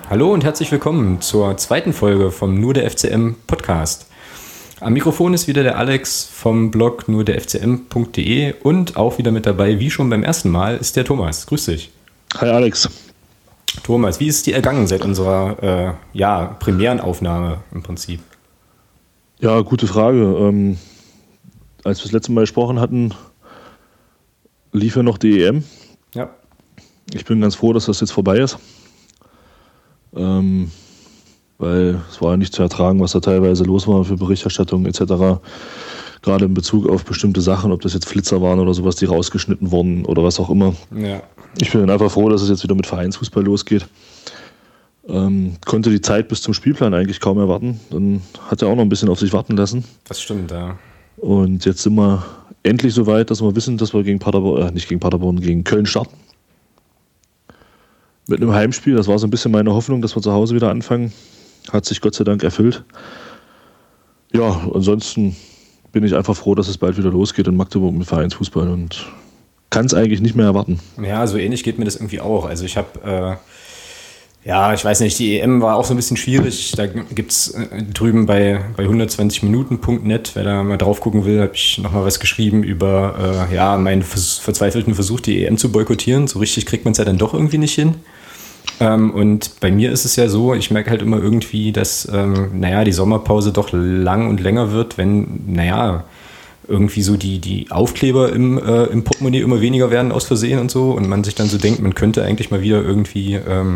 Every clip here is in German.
Hallo und herzlich willkommen zur zweiten Folge vom Nur der FCM Podcast. Am Mikrofon ist wieder der Alex vom Blog nurderfcm.de und auch wieder mit dabei, wie schon beim ersten Mal, ist der Thomas. Grüß dich. Hi Alex. Thomas, wie ist es dir ergangen seit unserer Premierenaufnahme im Prinzip? Ja, gute Frage. Als wir das letzte Mal gesprochen hatten, lief ja noch die EM. Ja. Ich bin ganz froh, dass das jetzt vorbei ist. Weil es war ja nicht zu ertragen, was da teilweise los war für Berichterstattung etc. Gerade in Bezug auf bestimmte Sachen, ob das jetzt Flitzer waren oder sowas, die rausgeschnitten wurden oder was auch immer. Ja. Ich bin einfach froh, dass es jetzt wieder mit Vereinsfußball losgeht. Konnte die Zeit bis zum Spielplan eigentlich kaum erwarten. Dann hat er auch noch ein bisschen auf sich warten lassen. Das stimmt, ja. Und jetzt sind wir endlich so weit, dass wir wissen, dass wir gegen Köln starten. Mit einem Heimspiel, das war so ein bisschen meine Hoffnung, dass wir zu Hause wieder anfangen. Hat sich Gott sei Dank erfüllt. Ja, ansonsten bin ich einfach froh, dass es bald wieder losgeht in Magdeburg mit Vereinsfußball und kann es eigentlich nicht mehr erwarten. Ja, so ähnlich geht mir das irgendwie auch. Also ich habe, ich weiß nicht, die EM war auch so ein bisschen schwierig. Da gibt es drüben bei 120minuten.net, wer da mal drauf gucken will, habe ich nochmal was geschrieben über meinen verzweifelten Versuch, die EM zu boykottieren. So richtig kriegt man es ja dann doch irgendwie nicht hin. Und bei mir ist es ja so, ich merke halt immer irgendwie, dass die Sommerpause doch lang und länger wird, wenn, irgendwie so die Aufkleber im Portemonnaie immer weniger werden aus Versehen und so und man sich dann so denkt, man könnte eigentlich mal wieder irgendwie,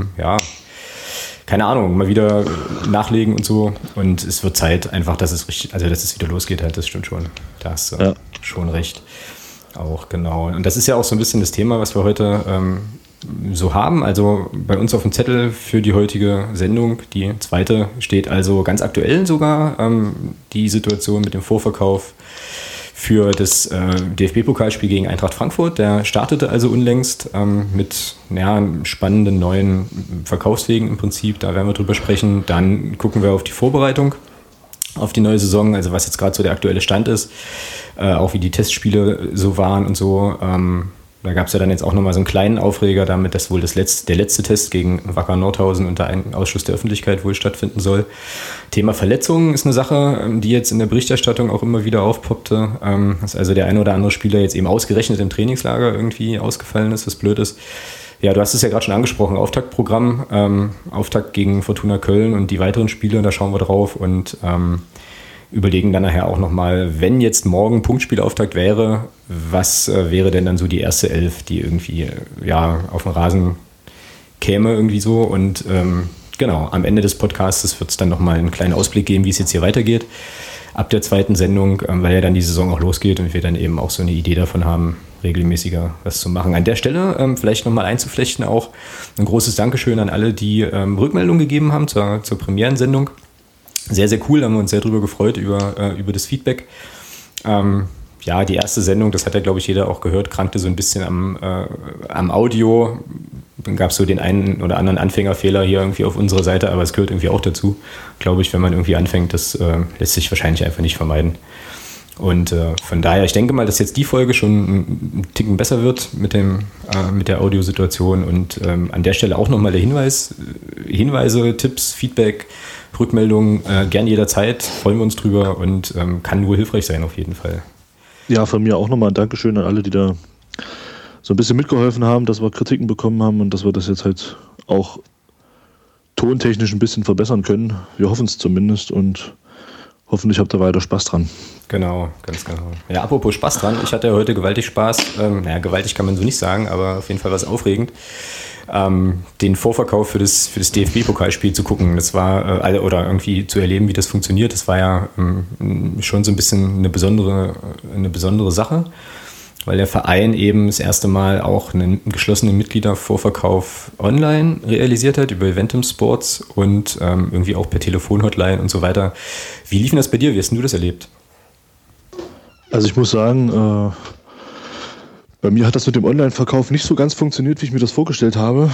keine Ahnung, mal wieder nachlegen und so. Und es wird Zeit einfach, dass es wieder losgeht halt, das stimmt schon. Da hast du schon recht. Auch genau. Und das ist ja auch so ein bisschen das Thema, was wir heute so haben. Also bei uns auf dem Zettel für die heutige Sendung, die zweite, steht also ganz aktuell sogar die Situation mit dem Vorverkauf für das DFB-Pokalspiel gegen Eintracht Frankfurt. Der startete also unlängst mit spannenden neuen Verkaufswegen im Prinzip. Da werden wir drüber sprechen. Dann gucken wir auf die Vorbereitung auf die neue Saison, also was jetzt gerade so der aktuelle Stand ist, auch wie die Testspiele so waren und so. Da gab es ja dann jetzt auch nochmal so einen kleinen Aufreger damit, dass wohl der letzte Test gegen Wacker Nordhausen unter einem Ausschluss der Öffentlichkeit wohl stattfinden soll. Thema Verletzungen ist eine Sache, die jetzt in der Berichterstattung auch immer wieder aufpoppte, dass also der ein oder andere Spieler jetzt eben ausgerechnet im Trainingslager irgendwie ausgefallen ist, was blöd ist. Ja, du hast es ja gerade schon angesprochen, Auftaktprogramm, Auftakt gegen Fortuna Köln und die weiteren Spiele, da schauen wir drauf und überlegen dann nachher auch nochmal, wenn jetzt morgen Punktspielauftakt wäre, was wäre denn dann so die erste Elf, die irgendwie auf den Rasen käme irgendwie so und genau, am Ende des Podcasts wird es dann nochmal einen kleinen Ausblick geben, wie es jetzt hier weitergeht ab der zweiten Sendung, weil ja dann die Saison auch losgeht und wir dann eben auch so eine Idee davon haben, regelmäßiger was zu machen. An der Stelle vielleicht nochmal einzuflechten auch ein großes Dankeschön an alle, die Rückmeldung gegeben haben zur Premierensendung. Sehr, sehr cool, haben wir uns sehr drüber gefreut, über das Feedback. Die erste Sendung, das hat ja, glaube ich, jeder auch gehört, krankte so ein bisschen am Audio. Dann gab es so den einen oder anderen Anfängerfehler hier irgendwie auf unserer Seite, aber es gehört irgendwie auch dazu, glaube ich, wenn man irgendwie anfängt. Das lässt sich wahrscheinlich einfach nicht vermeiden. Und von daher, ich denke mal, dass jetzt die Folge schon einen Ticken besser wird mit der Audiosituation. Und an der Stelle auch nochmal der Hinweise, Tipps, Feedback, Rückmeldungen, gern jederzeit, freuen wir uns drüber und kann nur hilfreich sein auf jeden Fall. Ja, von mir auch nochmal ein Dankeschön an alle, die da so ein bisschen mitgeholfen haben, dass wir Kritiken bekommen haben und dass wir das jetzt halt auch tontechnisch ein bisschen verbessern können. Wir hoffen es zumindest und hoffentlich habt ihr weiter Spaß dran. Genau, ganz genau. Ja, apropos Spaß dran, ich hatte ja heute gewaltig Spaß. Gewaltig kann man so nicht sagen, aber auf jeden Fall war es aufregend. Den Vorverkauf für das DFB-Pokalspiel zu gucken. Das war, oder irgendwie zu erleben, wie das funktioniert. Das war ja schon so ein bisschen eine besondere Sache, weil der Verein eben das erste Mal auch einen geschlossenen Mitgliedervorverkauf online realisiert hat, über Eventim Sports und irgendwie auch per Telefonhotline und so weiter. Wie lief denn das bei dir? Wie hast du das erlebt? Also ich muss sagen, bei mir hat das mit dem Online-Verkauf nicht so ganz funktioniert, wie ich mir das vorgestellt habe.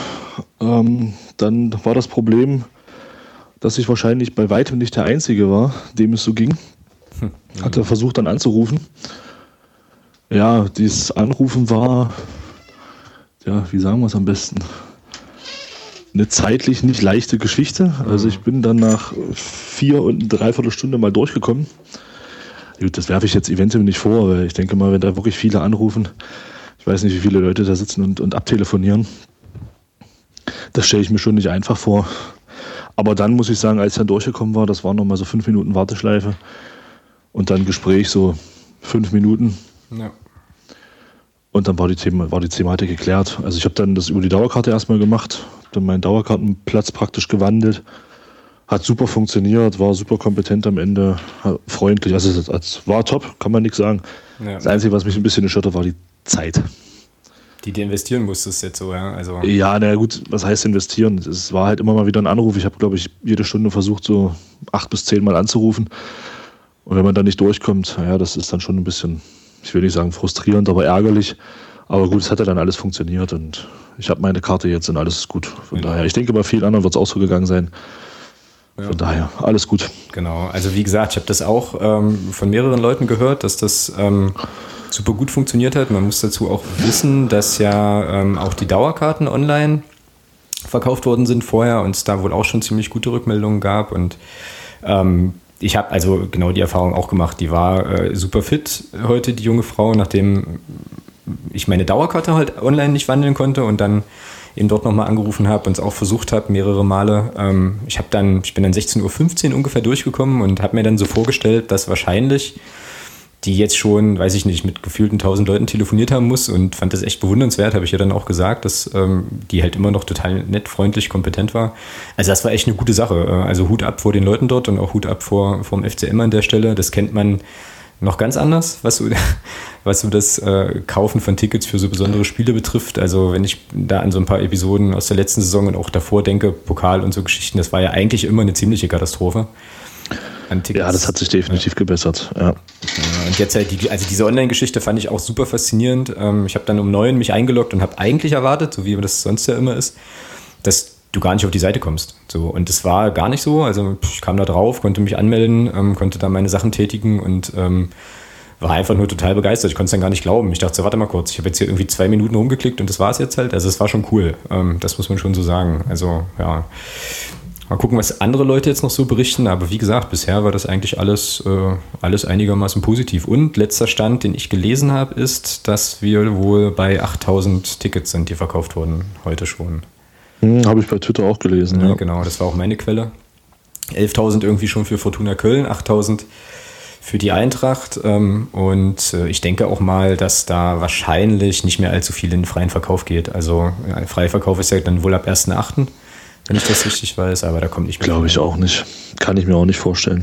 Dann war das Problem, dass ich wahrscheinlich bei weitem nicht der Einzige war, dem es so ging. Hatte versucht dann anzurufen. Ja, dieses Anrufen war, wie sagen wir es am besten? eine zeitlich nicht leichte Geschichte. Also ich bin dann nach 4 und 3/4 Stunde mal durchgekommen. Gut, das werfe ich jetzt eventuell nicht vor, weil ich denke mal, wenn da wirklich viele anrufen, ich weiß nicht, wie viele Leute da sitzen und abtelefonieren, das stelle ich mir schon nicht einfach vor. Aber dann muss ich sagen, als ich dann durchgekommen war, das waren nochmal so 5 Minuten Warteschleife und dann Gespräch so 5 Minuten. Ja. Und dann war die Thematik geklärt. Also ich habe dann das über die Dauerkarte erstmal gemacht, dann meinen Dauerkartenplatz praktisch gewandelt. Hat super funktioniert, war super kompetent am Ende, freundlich. Also es war top, kann man nichts sagen. Ja. Das Einzige, was mich ein bisschen gestört hat, war die Zeit. Die du investieren musstest jetzt so, ja? Also ja, na gut, was heißt investieren? Es war halt immer mal wieder ein Anruf. Ich habe, glaube ich, jede Stunde versucht, so 8 bis 10 Mal anzurufen. Und wenn man dann nicht durchkommt, ja, das ist dann schon ein bisschen, ich will nicht sagen frustrierend, aber ärgerlich. Aber gut, es hat ja dann alles funktioniert und ich habe meine Karte jetzt und alles ist gut. Von daher, ich denke, bei vielen anderen wird es auch so gegangen sein. Von daher, alles gut. Genau, also wie gesagt, ich habe das auch von mehreren Leuten gehört, dass das super gut funktioniert hat. Man muss dazu auch wissen, dass ja auch die Dauerkarten online verkauft worden sind vorher und es da wohl auch schon ziemlich gute Rückmeldungen gab. Und ich habe also genau die Erfahrung auch gemacht. Die war super fit heute, die junge Frau, nachdem ich meine Dauerkarte halt online nicht wandeln konnte und dann eben dort nochmal angerufen habe und es auch versucht habe, mehrere Male. Ich bin dann 16:15 Uhr ungefähr durchgekommen und habe mir dann so vorgestellt, dass wahrscheinlich die jetzt schon, weiß ich nicht, mit gefühlten 1000 Leuten telefoniert haben muss und fand das echt bewundernswert, habe ich ja dann auch gesagt, dass die halt immer noch total nett, freundlich, kompetent war. Also das war echt eine gute Sache. Also Hut ab vor den Leuten dort und auch Hut ab vor dem FCM an der Stelle. Das kennt man noch ganz anders, was so das Kaufen von Tickets für so besondere Spiele betrifft. Also wenn ich da an so ein paar Episoden aus der letzten Saison und auch davor denke, Pokal und so Geschichten, das war ja eigentlich immer eine ziemliche Katastrophe. Ja, das hat sich definitiv gebessert. Ja. Und jetzt halt diese Online-Geschichte fand ich auch super faszinierend. Ich habe dann um 9 mich eingeloggt und habe eigentlich erwartet, so wie das sonst ja immer ist, dass du gar nicht auf die Seite kommst. So, und das war gar nicht so. Also ich kam da drauf, konnte mich anmelden, konnte da meine Sachen tätigen und war einfach nur total begeistert. Ich konnte es dann gar nicht glauben. Ich dachte so, warte mal kurz, ich habe jetzt hier irgendwie 2 Minuten rumgeklickt und das war es jetzt halt. Also es war schon cool. Das muss man schon so sagen. Also ja, mal gucken, was andere Leute jetzt noch so berichten. Aber wie gesagt, bisher war das eigentlich alles einigermaßen positiv. Und letzter Stand, den ich gelesen habe, ist, dass wir wohl bei 8000 Tickets sind, die verkauft wurden heute schon. Habe ich bei Twitter auch gelesen. Ja, genau, das war auch meine Quelle. 11.000 irgendwie schon für Fortuna Köln, 8.000 für die Eintracht. Und ich denke auch mal, dass da wahrscheinlich nicht mehr allzu viel in den freien Verkauf geht. Also Freiverkauf ist ja dann wohl ab 1.8., wenn ich das richtig weiß, aber da kommt nicht mehr. Glaube ich auch nicht. Kann ich mir auch nicht vorstellen.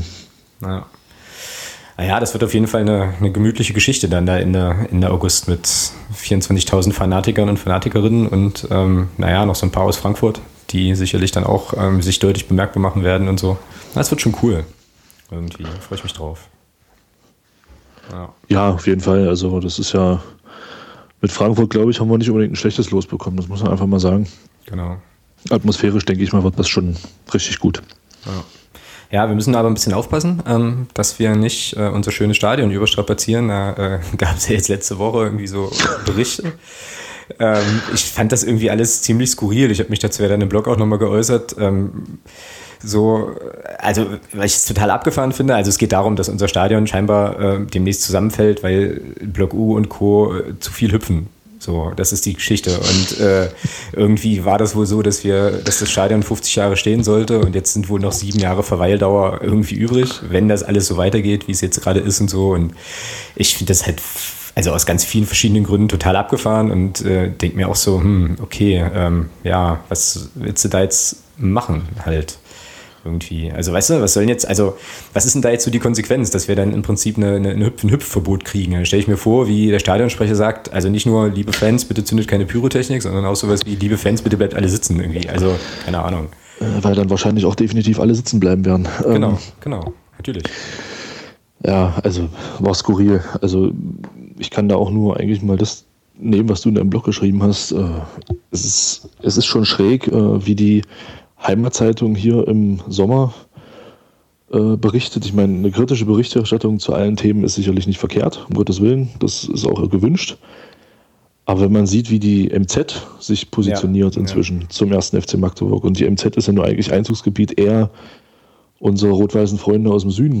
Naja, das wird auf jeden Fall eine gemütliche Geschichte dann da Ende August mit 24.000 Fanatikern und Fanatikerinnen und noch so ein paar aus Frankfurt, die sicherlich dann auch sich deutlich bemerkbar machen werden und so. Das wird schon cool. Irgendwie freue ich mich drauf. Ja, auf jeden Fall. Also das ist ja mit Frankfurt, glaube ich, haben wir nicht unbedingt ein schlechtes Los bekommen. Das muss man einfach mal sagen. Genau. Atmosphärisch, denke ich mal, wird das schon richtig gut. Ja, wir müssen aber ein bisschen aufpassen, dass wir nicht unser schönes Stadion überstrapazieren. Da gab es ja jetzt letzte Woche irgendwie so Berichte. Ich fand das irgendwie alles ziemlich skurril. Ich habe mich dazu ja dann im Blog auch nochmal geäußert. Weil ich es total abgefahren finde. Also es geht darum, dass unser Stadion scheinbar demnächst zusammenfällt, weil Block U und Co. zu viel hüpfen. So, das ist die Geschichte. Und irgendwie war das wohl so, dass das Stadion 50 Jahre stehen sollte und jetzt sind wohl noch 7 Jahre Verweildauer irgendwie übrig, wenn das alles so weitergeht, wie es jetzt gerade ist und so. Und ich finde das halt, also aus ganz vielen verschiedenen Gründen total abgefahren und denke mir auch so, okay, was willst du da jetzt machen halt? Irgendwie. Also weißt du, was ist denn da jetzt so die Konsequenz, dass wir dann im Prinzip ein Hüpfverbot kriegen? Dann stelle ich mir vor, wie der Stadionsprecher sagt, also nicht nur, liebe Fans, bitte zündet keine Pyrotechnik, sondern auch sowas wie, liebe Fans, bitte bleibt alle sitzen irgendwie. Also, keine Ahnung. Weil dann wahrscheinlich auch definitiv alle sitzen bleiben werden. Genau, natürlich. Ja, also war skurril. Also ich kann da auch nur eigentlich mal das nehmen, was du in deinem Blog geschrieben hast. Es ist schon schräg, wie die Heimatzeitung hier im Sommer berichtet. Ich meine, eine kritische Berichterstattung zu allen Themen ist sicherlich nicht verkehrt, um Gottes Willen. Das ist auch gewünscht. Aber wenn man sieht, wie die MZ sich positioniert inzwischen zum ersten FC Magdeburg, und die MZ ist ja nur eigentlich Einzugsgebiet eher unserer rot-weißen Freunde aus dem Süden.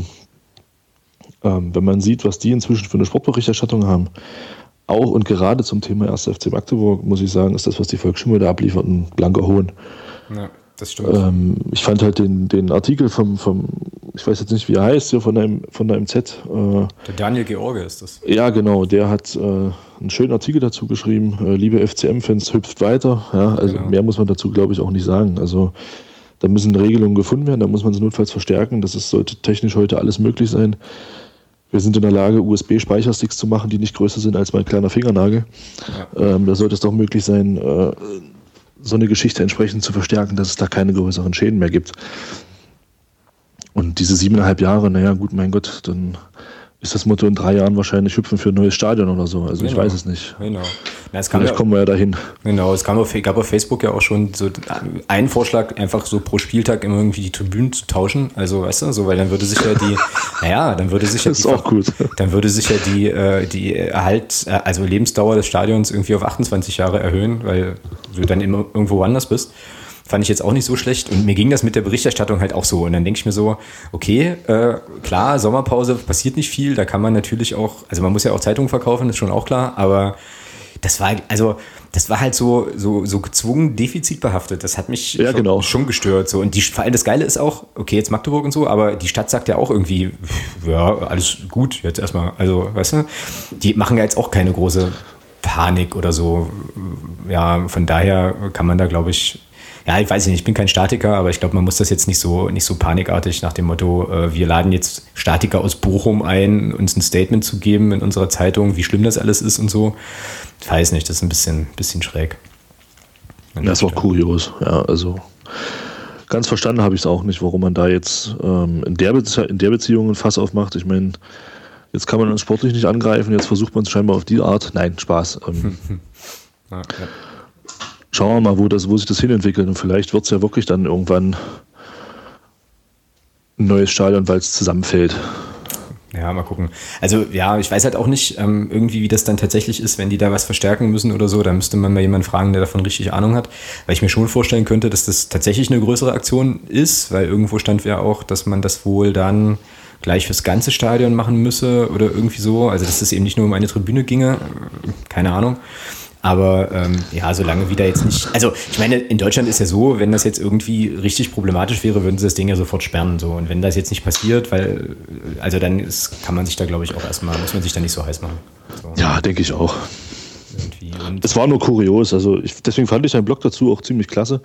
Wenn man sieht, was die inzwischen für eine Sportberichterstattung haben, auch und gerade zum Thema 1. FC Magdeburg, muss ich sagen, ist das, was die Volksstimme da abliefert, ein blanker Hohn. Ja, das stimmt. Ich fand halt den Artikel vom, ich weiß jetzt nicht, wie er heißt, hier von der MZ. Der Daniel George ist das. Ja, genau, der hat einen schönen Artikel dazu geschrieben. Liebe FCM-Fans, hüpft weiter. Ja, also genau. Mehr muss man dazu, glaube ich, auch nicht sagen. Also da müssen Regelungen gefunden werden, da muss man es notfalls verstärken. Sollte technisch heute alles möglich sein. Wir sind in der Lage, USB-Speichersticks zu machen, die nicht größer sind als mein kleiner Fingernagel. Ja. Da sollte es doch möglich sein, so eine Geschichte entsprechend zu verstärken, dass es da keine größeren Schäden mehr gibt. Und diese 7,5 Jahre, naja gut, mein Gott, dann ist das Motto in 3 Jahren wahrscheinlich hüpfen für ein neues Stadion oder so. Also genau. Ich weiß es nicht. Genau. Na, vielleicht kommen wir ja dahin. Genau, es gab auf Facebook ja auch schon so einen Vorschlag, einfach so pro Spieltag immer irgendwie die Tribünen zu tauschen. Also, weißt du, so, weil dann würde sich ja das ist auch gut. Dann würde sich ja die also Lebensdauer des Stadions irgendwie auf 28 Jahre erhöhen, weil du dann immer irgendwo woanders bist. Fand ich jetzt auch nicht so schlecht. Und mir ging das mit der Berichterstattung halt auch so. Und dann denke ich mir so, okay, klar, Sommerpause, passiert nicht viel. Da kann man natürlich auch, also man muss ja auch Zeitungen verkaufen, ist schon auch klar. Aber das war halt so gezwungen defizitbehaftet. Das hat mich schon gestört. So. Und vor allem das Geile ist auch, okay, jetzt Magdeburg und so, aber die Stadt sagt ja auch irgendwie, ja, alles gut, jetzt erstmal. Also, weißt du, die machen ja jetzt auch keine große Panik oder so. Ja, von daher kann man da, glaube ich, ja, ich weiß nicht, ich bin kein Statiker, aber ich glaube, man muss das jetzt nicht so panikartig nach dem Motto, wir laden jetzt Statiker aus Bochum ein, uns ein Statement zu geben in unserer Zeitung, wie schlimm das alles ist und so. Ich weiß nicht, das ist ein bisschen schräg. Das ist auch kurios, ja, also ganz verstanden habe ich es auch nicht, warum man da jetzt in der Beziehung ein Fass aufmacht. Ich meine, jetzt kann man uns sportlich nicht angreifen, jetzt versucht man es scheinbar auf die Art. Nein, Spaß. Ja. Schauen wir mal, wo sich das hinentwickelt, und vielleicht wird es ja wirklich dann irgendwann ein neues Stadion, weil es zusammenfällt. Ja, mal gucken. Also ja, ich weiß halt auch nicht irgendwie, wie das dann tatsächlich ist, wenn die da was verstärken müssen oder so. Da müsste man mal jemanden fragen, der davon richtig Ahnung hat. Weil ich mir schon vorstellen könnte, dass das tatsächlich eine größere Aktion ist, weil irgendwo stand ja auch, dass man das wohl dann gleich fürs ganze Stadion machen müsse oder irgendwie so. Also dass das eben nicht nur um eine Tribüne ginge. Keine Ahnung. Aber ja, solange wieder jetzt nicht, also ich meine, in Deutschland ist ja so, wenn das jetzt irgendwie richtig problematisch wäre, würden sie das Ding ja sofort sperren. So. Und wenn das jetzt nicht passiert, dann kann man sich da, glaube ich, auch erstmal, muss man sich da nicht so heiß machen. So. Ja, denke ich auch. Es war nur kurios, also deswegen fand ich deinen Blog dazu auch ziemlich klasse.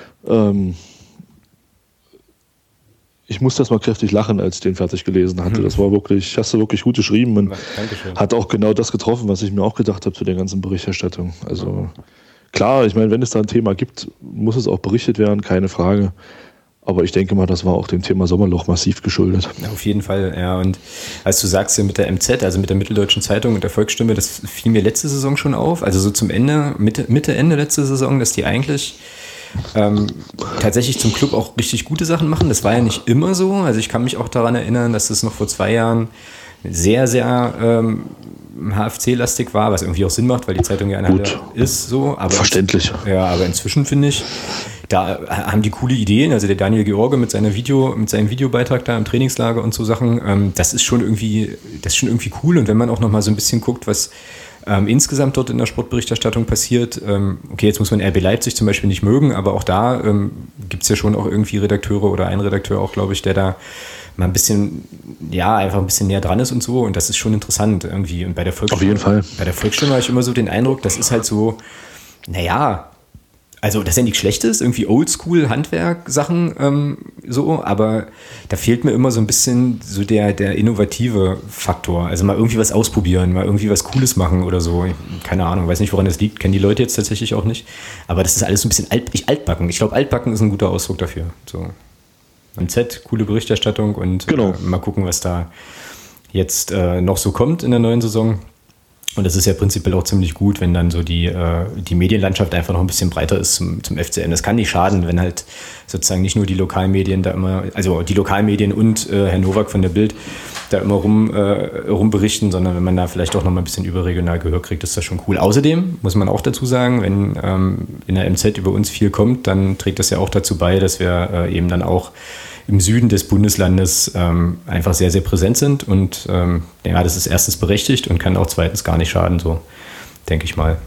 Ich musste das mal kräftig lachen, als ich den fertig gelesen hatte. Das war wirklich, hast du wirklich gut geschrieben und hat auch genau das getroffen, was ich mir auch gedacht habe zu der ganzen Berichterstattung. Also klar, ich meine, wenn es da ein Thema gibt, muss es auch berichtet werden, keine Frage. Aber ich denke mal, das war auch dem Thema Sommerloch massiv geschuldet. Auf jeden Fall, ja. Und als du sagst, ja, mit der MZ, also mit der Mitteldeutschen Zeitung und der Volksstimme, das fiel mir letzte Saison schon auf. Also so zum Ende, Mitte, Ende letzte Saison, dass die eigentlich tatsächlich zum Club auch richtig gute Sachen machen. Das war ja nicht immer so. Also ich kann mich auch daran erinnern, dass es noch vor 2 Jahren sehr, sehr HFC-lastig war, was irgendwie auch Sinn macht, weil die Zeitung ja eine ist. So. Aber verständlich. Ja, aber inzwischen finde ich, da haben die coole Ideen. Also der Daniel George mit seinem Videobeitrag da im Trainingslager und so Sachen, das ist schon irgendwie cool. Und wenn man auch noch mal so ein bisschen guckt, was insgesamt dort in der Sportberichterstattung passiert. Okay, jetzt muss man RB Leipzig zum Beispiel nicht mögen, aber auch da gibt es ja schon auch irgendwie Redakteure oder ein Redakteur auch, glaube ich, der da mal ein bisschen, ja, einfach ein bisschen näher dran ist und so. Und das ist schon interessant irgendwie. Und bei der Volksstimme, auf jeden Fall. Bei der Volksstimme habe ich immer so den Eindruck, das ist halt so, naja, also das ist ja nichts Schlechtes, irgendwie Oldschool-Handwerk-Sachen so, aber da fehlt mir immer so ein bisschen so der innovative Faktor. Also mal irgendwie was ausprobieren, mal irgendwie was Cooles machen oder so. Keine Ahnung, weiß nicht, woran das liegt, kennen die Leute jetzt tatsächlich auch nicht. Aber das ist alles so ein bisschen altbacken. Ich glaube, altbacken ist ein guter Ausdruck dafür. So. MZ, coole Berichterstattung und genau. Mal gucken, was da jetzt noch so kommt in der neuen Saison. Und das ist ja prinzipiell auch ziemlich gut, wenn dann so die Medienlandschaft einfach noch ein bisschen breiter ist zum FCN. Das kann nicht schaden, wenn halt sozusagen nicht nur die Lokalmedien da immer, also die Lokalmedien und Herr Nowak von der Bild da immer rumberichten, sondern wenn man da vielleicht auch noch mal ein bisschen überregional Gehör kriegt, ist das schon cool. Außerdem muss man auch dazu sagen, wenn in der MZ über uns viel kommt, dann trägt das ja auch dazu bei, dass wir eben dann auch im Süden des Bundeslandes einfach sehr, sehr präsent sind. Und ja, das ist erstens berechtigt und kann auch zweitens gar nicht schaden, so denke ich mal.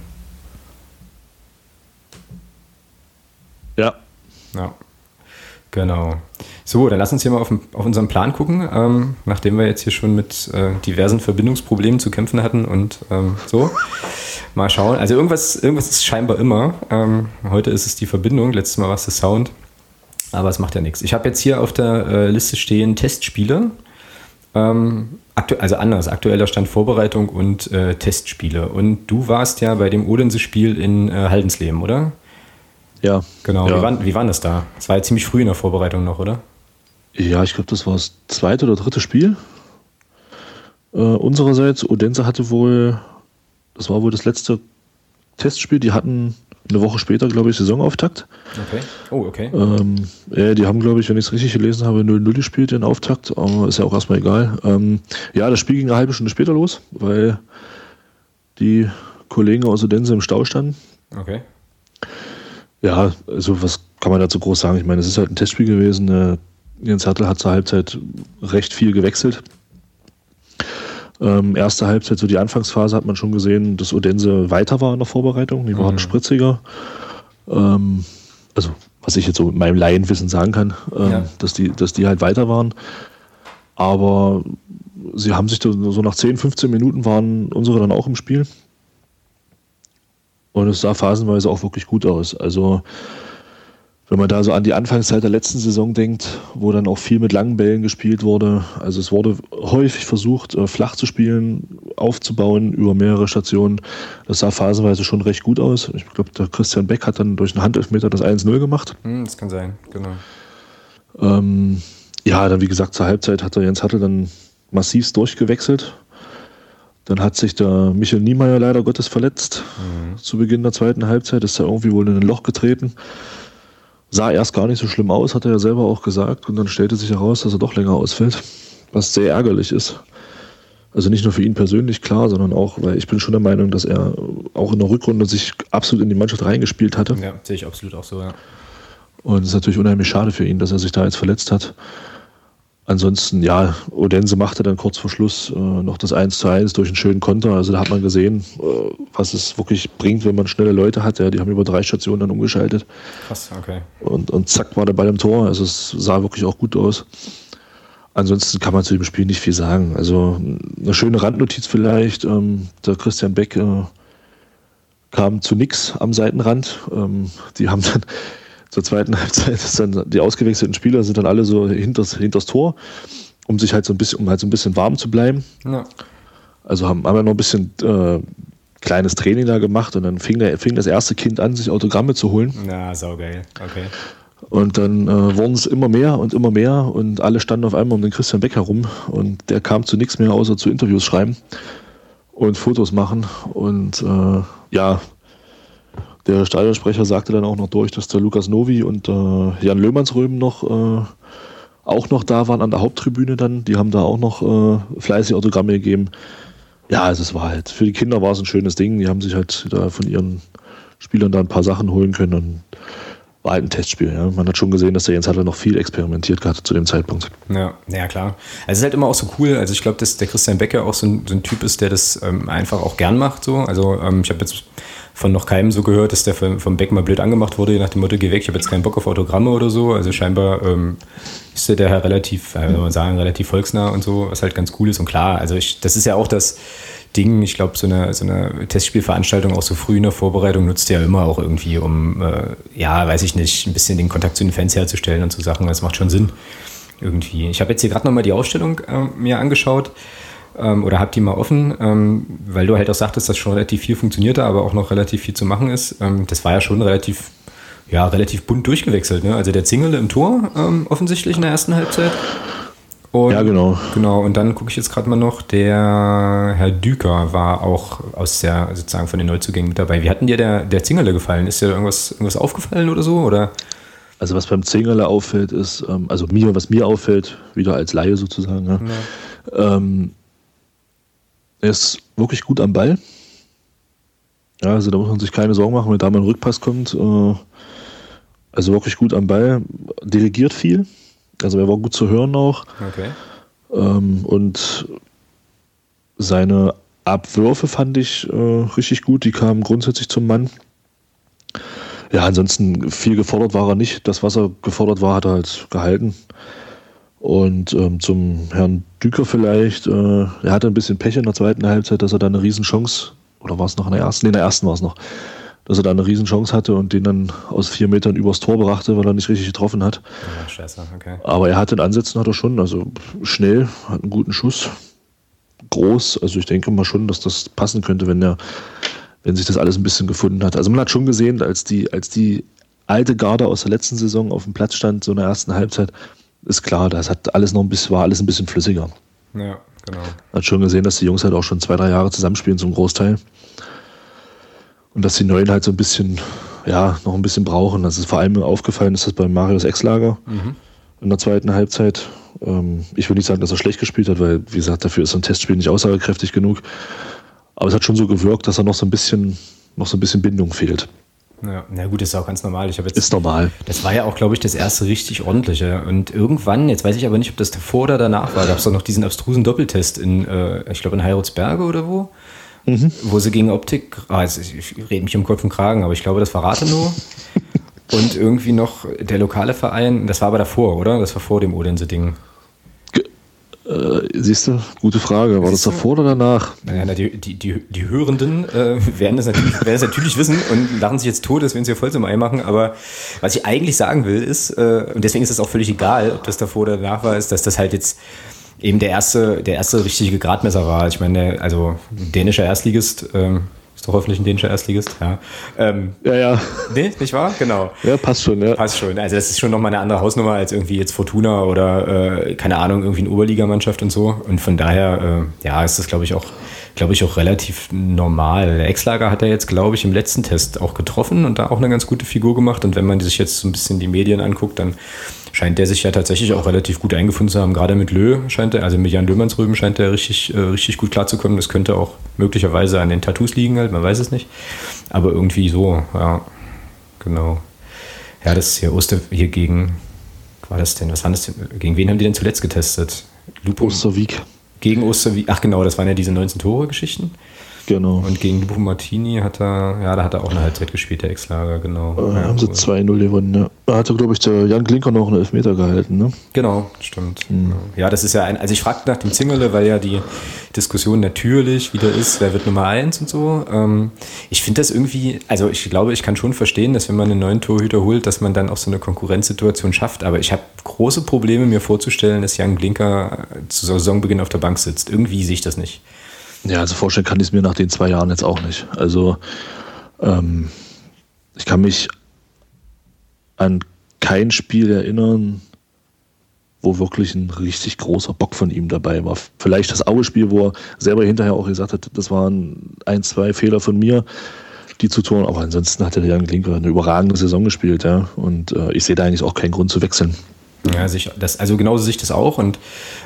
Ja. Ja, genau. So, dann lass uns hier mal auf unseren Plan gucken, nachdem wir jetzt hier schon mit diversen Verbindungsproblemen zu kämpfen hatten und so. Mal schauen. Also irgendwas ist scheinbar immer. Heute ist es die Verbindung, letztes Mal war es der Sound. Aber es macht ja nichts. Ich habe jetzt hier auf der Liste stehen Testspiele. Also anders, aktueller Stand Vorbereitung und Testspiele. Und du warst ja bei dem Odense-Spiel in Haldensleben, oder? Ja. Genau. Ja. Wie war das da? Es war ja ziemlich früh in der Vorbereitung noch, oder? Ja, ich glaube, das war das 2. oder 3. Spiel. Unsererseits, Odense hatte das war wohl das letzte Testspiel. Die hatten eine Woche später, glaube ich, Saisonauftakt. Okay. Oh, okay. Die haben, glaube ich, wenn ich es richtig gelesen habe, 0-0 gespielt, den Auftakt, aber ist ja auch erstmal egal. Ja, das Spiel ging eine halbe Stunde später los, weil die Kollegen aus Odense im Stau standen. Okay. Ja, also was kann man dazu groß sagen? Ich meine, es ist halt ein Testspiel gewesen. Jens Hertel hat zur Halbzeit recht viel gewechselt. Erste Halbzeit, so die Anfangsphase, hat man schon gesehen, dass Odense weiter war in der Vorbereitung. Die waren spritziger. Also, was ich jetzt so mit meinem Laienwissen sagen kann, dass die halt weiter waren. Aber sie haben sich so nach 10, 15 Minuten waren unsere dann auch im Spiel. Und es sah phasenweise auch wirklich gut aus. Also, wenn man da so an die Anfangszeit der letzten Saison denkt, wo dann auch viel mit langen Bällen gespielt wurde, also es wurde häufig versucht, flach zu spielen, aufzubauen über mehrere Stationen. Das sah phasenweise schon recht gut aus. Ich glaube, der Christian Beck hat dann durch einen Handelfmeter das 1-0 gemacht. Das kann sein, genau. Ja, dann wie gesagt, zur Halbzeit hat der Jens Hertel dann massivst durchgewechselt. Dann hat sich der Michael Niemeyer leider Gottes verletzt zu Beginn der zweiten Halbzeit. Ist da irgendwie wohl in ein Loch getreten. Sah erst gar nicht so schlimm aus, hat er ja selber auch gesagt. Und dann stellte sich heraus, dass er doch länger ausfällt, was sehr ärgerlich ist. Also nicht nur für ihn persönlich, klar, sondern auch, weil ich bin schon der Meinung, dass er auch in der Rückrunde sich absolut in die Mannschaft reingespielt hatte. Ja, sehe ich absolut auch so, ja. Und es ist natürlich unheimlich schade für ihn, dass er sich da jetzt verletzt hat. Ansonsten, ja, Odense machte dann kurz vor Schluss noch das 1:1 durch einen schönen Konter. Also da hat man gesehen, was es wirklich bringt, wenn man schnelle Leute hat. Ja, die haben über 3 Stationen dann umgeschaltet. Krass, okay. Und zack war der Ball im Tor. Also es sah wirklich auch gut aus. Ansonsten kann man zu dem Spiel nicht viel sagen. Also eine schöne Randnotiz vielleicht. Der Christian Beck kam zu nix am Seitenrand. Die haben dann zur zweiten Halbzeit, dann die ausgewechselten Spieler sind dann alle so hinters Tor, um halt so ein bisschen warm zu bleiben. Ja. Also haben wir noch ein bisschen kleines Training da gemacht und dann fing das erste Kind an, sich Autogramme zu holen. Na, saugeil, okay. Und dann wurden es immer mehr und alle standen auf einmal um den Christian Beck herum und der kam zu nichts mehr, außer zu Interviews schreiben und Fotos machen und ja, der Stadionsprecher sagte dann auch noch durch, dass der Lukas Novi und Jan Löhmannsröben auch noch da waren an der Haupttribüne dann. Die haben da auch noch fleißig Autogramme gegeben. Ja, also es war halt, für die Kinder war es ein schönes Ding. Die haben sich halt da von ihren Spielern da ein paar Sachen holen können und war halt ein Testspiel. Ja. Man hat schon gesehen, dass der Jens Hertel noch viel experimentiert hatte zu dem Zeitpunkt. Ja, klar. Also es ist halt immer auch so cool. Also ich glaube, dass der Christian Becker auch so ein Typ ist, der das einfach auch gern macht. So. Also ich habe jetzt von noch keinem so gehört, dass der vom Beck mal blöd angemacht wurde, nach dem Motto, geh weg, ich habe jetzt keinen Bock auf Autogramme oder so. Also scheinbar ist der Herr relativ, würde man sagen, relativ volksnah und so, was halt ganz cool ist. Und klar, also das ist ja auch das Ding, ich glaube, so eine Testspielveranstaltung auch so früh in der Vorbereitung nutzt ja immer auch irgendwie, um, weiß ich nicht, ein bisschen den Kontakt zu den Fans herzustellen und so Sachen. Das macht schon Sinn irgendwie. Ich habe jetzt hier gerade nochmal die Ausstellung mir angeschaut oder habe die mal offen, weil du halt auch sagtest, dass schon relativ viel funktionierte, aber auch noch relativ viel zu machen ist. Das war ja schon relativ bunt durchgewechselt. Ne? Also der Zingerle im Tor offensichtlich in der ersten Halbzeit. Und, ja, genau. Genau, und dann gucke ich jetzt gerade mal noch, der Herr Düker war auch sozusagen von den Neuzugängen mit dabei. Wie hat denn dir der Zingerle gefallen? Ist dir irgendwas aufgefallen oder so? Oder? Also was beim Zingerle auffällt, ist, was mir auffällt, wieder als Laie sozusagen, ja. Er ist wirklich gut am Ball. Ja, also da muss man sich keine Sorgen machen, wenn da mal ein Rückpass kommt. Also wirklich gut am Ball, dirigiert viel. Also er war gut zu hören auch. Okay. Und seine Abwürfe fand ich richtig gut. Die kamen grundsätzlich zum Mann. Ja, ansonsten viel gefordert war er nicht. Das, was er gefordert war, hat er halt gehalten. Und zum Herrn Düker vielleicht, er hatte ein bisschen Pech in der zweiten Halbzeit, dass er da eine Riesenchance, oder war es noch in der ersten? Nee, in der ersten war es noch. Dass er da eine Riesenchance hatte und den dann aus 4 Metern übers Tor brachte, weil er nicht richtig getroffen hat. Ja, scheiße, okay. Aber er hat in Ansätzen hat er schon, also schnell, hat einen guten Schuss, groß, also ich denke mal schon, dass das passen könnte, wenn sich das alles ein bisschen gefunden hat. Also man hat schon gesehen, als die alte Garde aus der letzten Saison auf dem Platz stand, so in der ersten Halbzeit, ist klar, das hat alles war alles ein bisschen flüssiger. Ja, genau. Man hat schon gesehen, dass die Jungs halt auch schon 2-3 Jahre zusammenspielen zum Großteil. Und dass die Neuen halt so ein bisschen, ja, noch ein bisschen brauchen. Das ist vor allem aufgefallen, ist das bei Marius Exlager in der zweiten Halbzeit. Ich will nicht sagen, dass er schlecht gespielt hat, weil, wie gesagt, dafür ist so ein Testspiel nicht aussagekräftig genug. Aber es hat schon so gewirkt, dass er noch so ein bisschen Bindung fehlt. Ja, na gut, ist auch ganz normal. Ist normal. Das war ja auch, glaube ich, das erste richtig ordentliche. Und irgendwann, jetzt weiß ich aber nicht, ob das davor oder danach war, gab es doch noch diesen abstrusen Doppeltest ich glaube in Heiratsberge oder wo. Wo sie gegen Optik, ich rede mich um Kopf und Kragen, aber ich glaube, das war Rathenow. Und irgendwie noch der lokale Verein, das war aber davor, oder? Das war vor dem Odense-Ding. Siehst du, gute Frage. War das davor oder danach? Naja, die Hörenden werden es natürlich wissen und lachen sich jetzt tot, dass wir uns hier voll zum Ei machen. Aber was ich eigentlich sagen will, ist, und deswegen ist es auch völlig egal, ob das davor oder danach war, ist, dass das halt jetzt eben der erste richtige Gradmesser war. Ich meine, also dänischer Erstligist, ist doch hoffentlich ein dänischer Erstligist, ja. Ja. Nee, nicht wahr? Genau. Ja, passt schon, ja. Passt schon. Also das ist schon nochmal eine andere Hausnummer als irgendwie jetzt Fortuna oder, keine Ahnung, irgendwie eine Oberligamannschaft und so. Und von daher, ist das, glaube ich, auch relativ normal. Der Exlager hat er jetzt, glaube ich, im letzten Test auch getroffen und da auch eine ganz gute Figur gemacht. Und wenn man sich jetzt so ein bisschen die Medien anguckt, dann scheint der sich ja tatsächlich auch relativ gut eingefunden zu haben. Gerade mit mit Jan Löhmannsrüben scheint der richtig gut klarzukommen. Das könnte auch möglicherweise an den Tattoos liegen halt, man weiß es nicht. Aber irgendwie so, ja, genau. Ja, das ist hier gegen, war das denn, was waren das denn, gegen wen haben die denn zuletzt getestet? Osterwieck. Gegen Osterwieck, ach genau, das waren ja diese 19-Tore-Geschichten. Genau. Und gegen Lupo Martini hat er auch eine Halbzeit gespielt, der Exlager, genau. Haben sie 2-0 gewonnen, ja. Da hatte, glaube ich, der Jan Klinker noch einen Elfmeter gehalten, ne? Genau, stimmt. Mhm. Ja, das ist ja also ich fragte nach dem Zingerle, weil ja die Diskussion natürlich wieder ist, wer wird Nummer 1 und so. Ich finde das irgendwie, also ich glaube, ich kann schon verstehen, dass wenn man einen neuen Torhüter holt, dass man dann auch so eine Konkurrenzsituation schafft, aber ich habe große Probleme, mir vorzustellen, dass Jan Klinker zu Saisonbeginn auf der Bank sitzt. Irgendwie sehe ich das nicht. Ja, also vorstellen kann ich es mir nach den 2 Jahren jetzt auch nicht. Also ich kann mich an kein Spiel erinnern, wo wirklich ein richtig großer Bock von ihm dabei war. Vielleicht das Aue-Spiel, wo er selber hinterher auch gesagt hat, das waren 1-2 Fehler von mir, die zu tun. Aber ansonsten hat der Jan Klinker eine überragende Saison gespielt, ja. Und ich sehe da eigentlich auch keinen Grund zu wechseln. Ja, also genauso sehe ich das auch und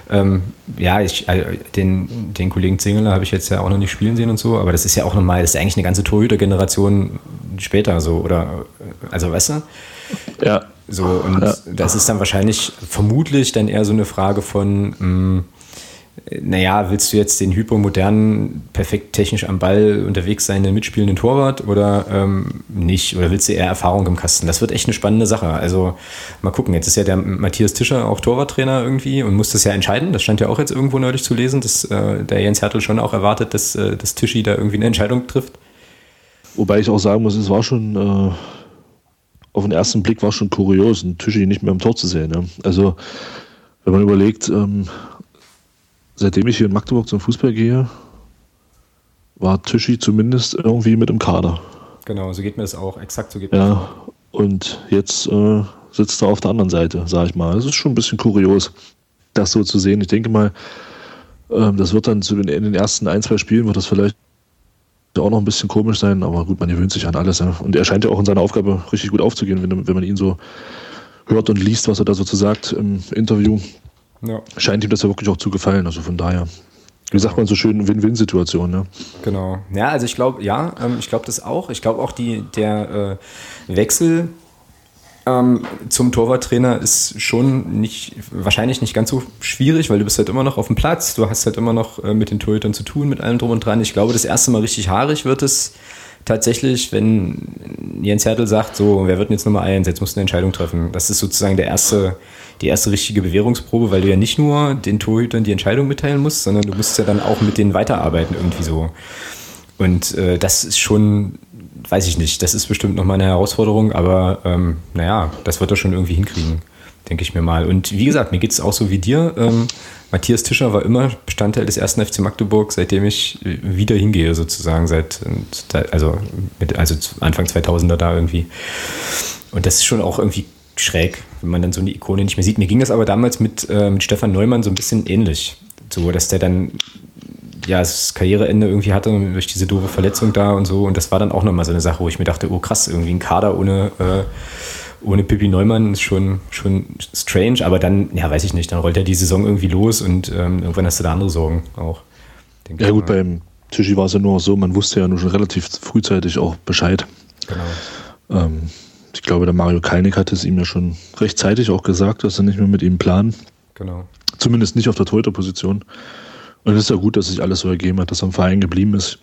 den Kollegen Zingerle habe ich jetzt ja auch noch nicht spielen sehen und so, aber das ist ja auch nochmal, das ist eigentlich eine ganze Torhüter-Generation später so, oder, also weißt du? Ja. So, und das ist dann wahrscheinlich vermutlich dann eher so eine Frage von, willst du jetzt den hypermodernen, perfekt technisch am Ball unterwegs sein, den mitspielenden Torwart oder nicht? Oder willst du eher Erfahrung im Kasten? Das wird echt eine spannende Sache. Also mal gucken, jetzt ist ja der Matthias Tischer auch Torwarttrainer irgendwie und muss das ja entscheiden. Das stand ja auch jetzt irgendwo neulich zu lesen, dass der Jens Hertel schon auch erwartet, dass Tischi da irgendwie eine Entscheidung trifft. Wobei ich auch sagen muss, es war schon, auf den ersten Blick war es schon kurios, einen Tischi nicht mehr im Tor zu sehen. Ne? Also wenn man überlegt, seitdem ich hier in Magdeburg zum Fußball gehe, war Tischi zumindest irgendwie mit im Kader. Genau, so geht mir das auch. Exakt so geht mir das auch. Ja, und jetzt sitzt er auf der anderen Seite, sag ich mal. Das ist schon ein bisschen kurios. das so zu sehen. Ich denke mal, das wird dann in den ersten 1-2 Spielen wird das vielleicht auch noch ein bisschen komisch sein, aber gut, man gewöhnt sich an alles. Ja. Und er scheint ja auch in seiner Aufgabe richtig gut aufzugehen, wenn man ihn so hört und liest, was er da so zu sagt im Interview. Ja. Scheint ihm das ja wirklich auch zu gefallen. Also von daher, wie sagt man so schön, Win-Win-Situation. Ja. Genau. Ja, also ich glaube, das auch. Ich glaube auch, der Wechsel zum Torwarttrainer ist schon wahrscheinlich nicht ganz so schwierig, weil du bist halt immer noch auf dem Platz, du hast halt immer noch mit den Torhütern zu tun, mit allem drum und dran. Ich glaube, das erste Mal richtig haarig wird es tatsächlich, wenn Jens Hertel sagt, so, wer wird denn jetzt Nummer 1, jetzt musst du eine Entscheidung treffen. Das ist sozusagen die erste richtige Bewährungsprobe, weil du ja nicht nur den Torhütern die Entscheidung mitteilen musst, sondern du musst ja dann auch mit denen weiterarbeiten irgendwie so. Und das ist schon, weiß ich nicht, das ist bestimmt nochmal eine Herausforderung, aber das wird er schon irgendwie hinkriegen, denke ich mir mal. Und wie gesagt, mir geht es auch so wie dir. Matthias Tischer war immer Bestandteil des 1. FC Magdeburg, seitdem ich wieder hingehe sozusagen, also Anfang 2000er da irgendwie. Und das ist schon auch irgendwie schräg, wenn man dann so eine Ikone nicht mehr sieht. Mir ging das aber damals mit Stefan Neumann so ein bisschen ähnlich, so dass der dann das Karriereende irgendwie hatte durch diese doofe Verletzung da und so. Und das war dann auch nochmal so eine Sache, wo ich mir dachte, oh krass, irgendwie ein Kader ohne Pippi Neumann ist schon strange. Aber dann, weiß ich nicht, dann rollt ja die Saison irgendwie los und irgendwann hast du da andere Sorgen auch. Ja gut, beim Tischi war es ja nur so, man wusste ja nur schon relativ frühzeitig auch Bescheid. Genau. Ich glaube, der Mario Kalnick hatte es ihm ja schon rechtzeitig auch gesagt, dass er nicht mehr mit ihm planen. Genau. Zumindest nicht auf der Torhüterposition. Und es ist ja gut, dass sich alles so ergeben hat, dass er im Verein geblieben ist.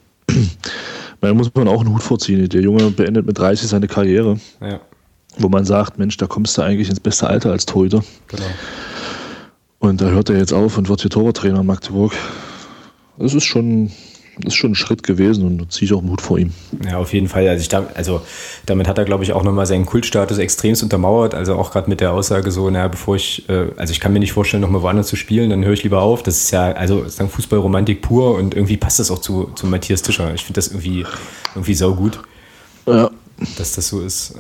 Da muss man auch einen Hut vorziehen. Der Junge beendet mit 30 seine Karriere, wo man sagt, Mensch, da kommst du eigentlich ins beste Alter als Torhüter. Genau. Und da hört er jetzt auf und wird hier Torwarttrainer in Magdeburg. Das ist schon ein Schritt gewesen und da ziehe ich auch einen Hut vor ihm. Ja, auf jeden Fall. Also damit hat er, glaube ich, auch nochmal seinen Kultstatus extremst untermauert. Also auch gerade mit der Aussage so, bevor ich kann mir nicht vorstellen, nochmal woanders zu spielen, dann höre ich lieber auf. Das ist ja, sozusagen Fußballromantik pur und irgendwie passt das auch zu Matthias Tischer. Ich finde das irgendwie saugut, dass das so ist.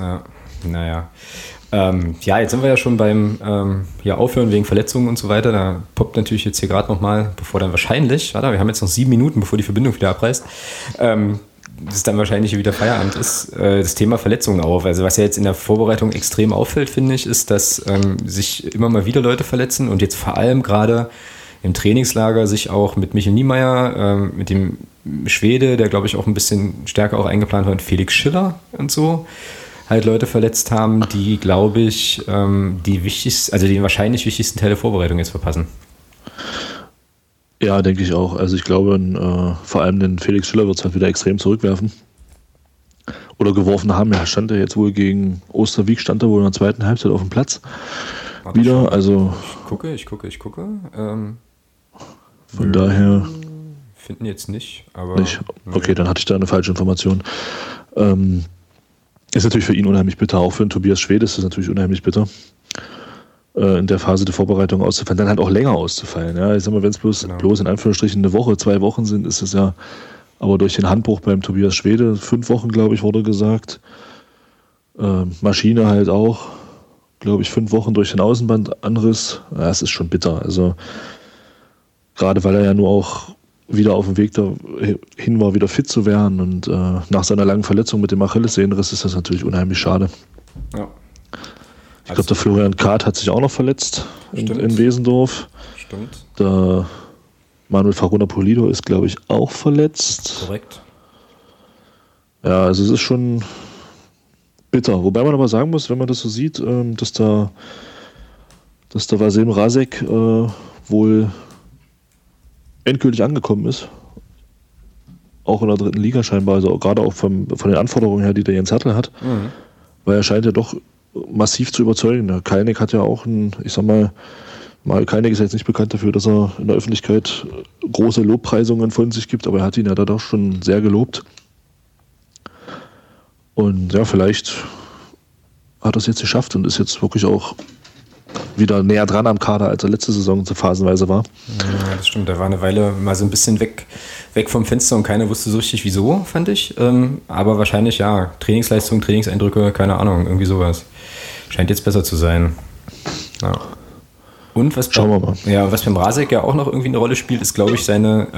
Jetzt sind wir ja schon beim Aufhören wegen Verletzungen und so weiter. Da poppt natürlich jetzt hier gerade nochmal, bevor dann wahrscheinlich, wir haben jetzt noch 7 Minuten, bevor die Verbindung wieder abreißt, dass dann wahrscheinlich wieder Feierabend ist, das Thema Verletzungen auf. Also was ja jetzt in der Vorbereitung extrem auffällt, finde ich, ist, dass sich immer mal wieder Leute verletzen und jetzt vor allem gerade im Trainingslager sich auch mit Michael Niemeyer, mit dem Schwede, der glaube ich auch ein bisschen stärker auch eingeplant war, und Felix Schiller und so, halt Leute verletzt haben, die, glaube ich, die wahrscheinlich wichtigsten Teil der Vorbereitung jetzt verpassen. Ja, denke ich auch. Also ich glaube, vor allem den Felix Schiller wird es halt wieder extrem zurückwerfen. Oder geworfen haben. Ja, stand er jetzt wohl gegen Osterwieck, stand er wohl in der zweiten Halbzeit auf dem Platz. Wieder, also... Ich gucke. Von daher... Finden jetzt nicht, aber... Nicht? Okay, dann hatte ich da eine falsche Information. Ist natürlich für ihn unheimlich bitter, auch für den Tobias Schwede ist das natürlich unheimlich bitter, in der Phase der Vorbereitung auszufallen, dann halt auch länger auszufallen. Ja, ich sag mal, wenn es bloß in Anführungsstrichen eine Woche, 2 Wochen sind, ist es ja, aber durch den Handbruch beim Tobias Schwede, 5 Wochen, glaube ich, wurde gesagt, Maschine halt auch, glaube ich, 5 Wochen durch den Außenbandanriss, ja, es ist schon bitter, also gerade weil er ja nur auch wieder auf dem Weg dahin war, wieder fit zu werden. Und nach seiner langen Verletzung mit dem Achillessehnenriss ist das natürlich unheimlich schade. Ja. Ich glaube, der Florian Kath hat sich auch noch verletzt in Wesendorf. Stimmt. Der Manuel Farona Polido ist, glaube ich, auch verletzt. Korrekt. Ja, also es ist schon bitter. Wobei man aber sagen muss, wenn man das so sieht, dass der Vasim Rasek wohl endgültig angekommen ist. Auch in der 3. Liga scheinbar, also gerade auch von den Anforderungen her, die der Jens Hertel hat. Mhm. Weil er scheint ja doch massiv zu überzeugen. Der Kalnick hat ja auch Kalnick ist jetzt nicht bekannt dafür, dass er in der Öffentlichkeit große Lobpreisungen von sich gibt, aber er hat ihn ja da doch schon sehr gelobt. Und ja, vielleicht hat er es jetzt geschafft und ist jetzt wirklich auch wieder näher dran am Kader, als er letzte Saison so phasenweise war. Ja, das stimmt. Da war eine Weile mal so ein bisschen weg vom Fenster und keiner wusste so richtig wieso, fand ich. Aber wahrscheinlich, ja, Trainingsleistung, Trainingseindrücke, keine Ahnung, irgendwie sowas. Scheint jetzt besser zu sein. Ja. Und schauen wir mal. Ja, was beim Rasek ja auch noch irgendwie eine Rolle spielt, ist, glaube ich, seine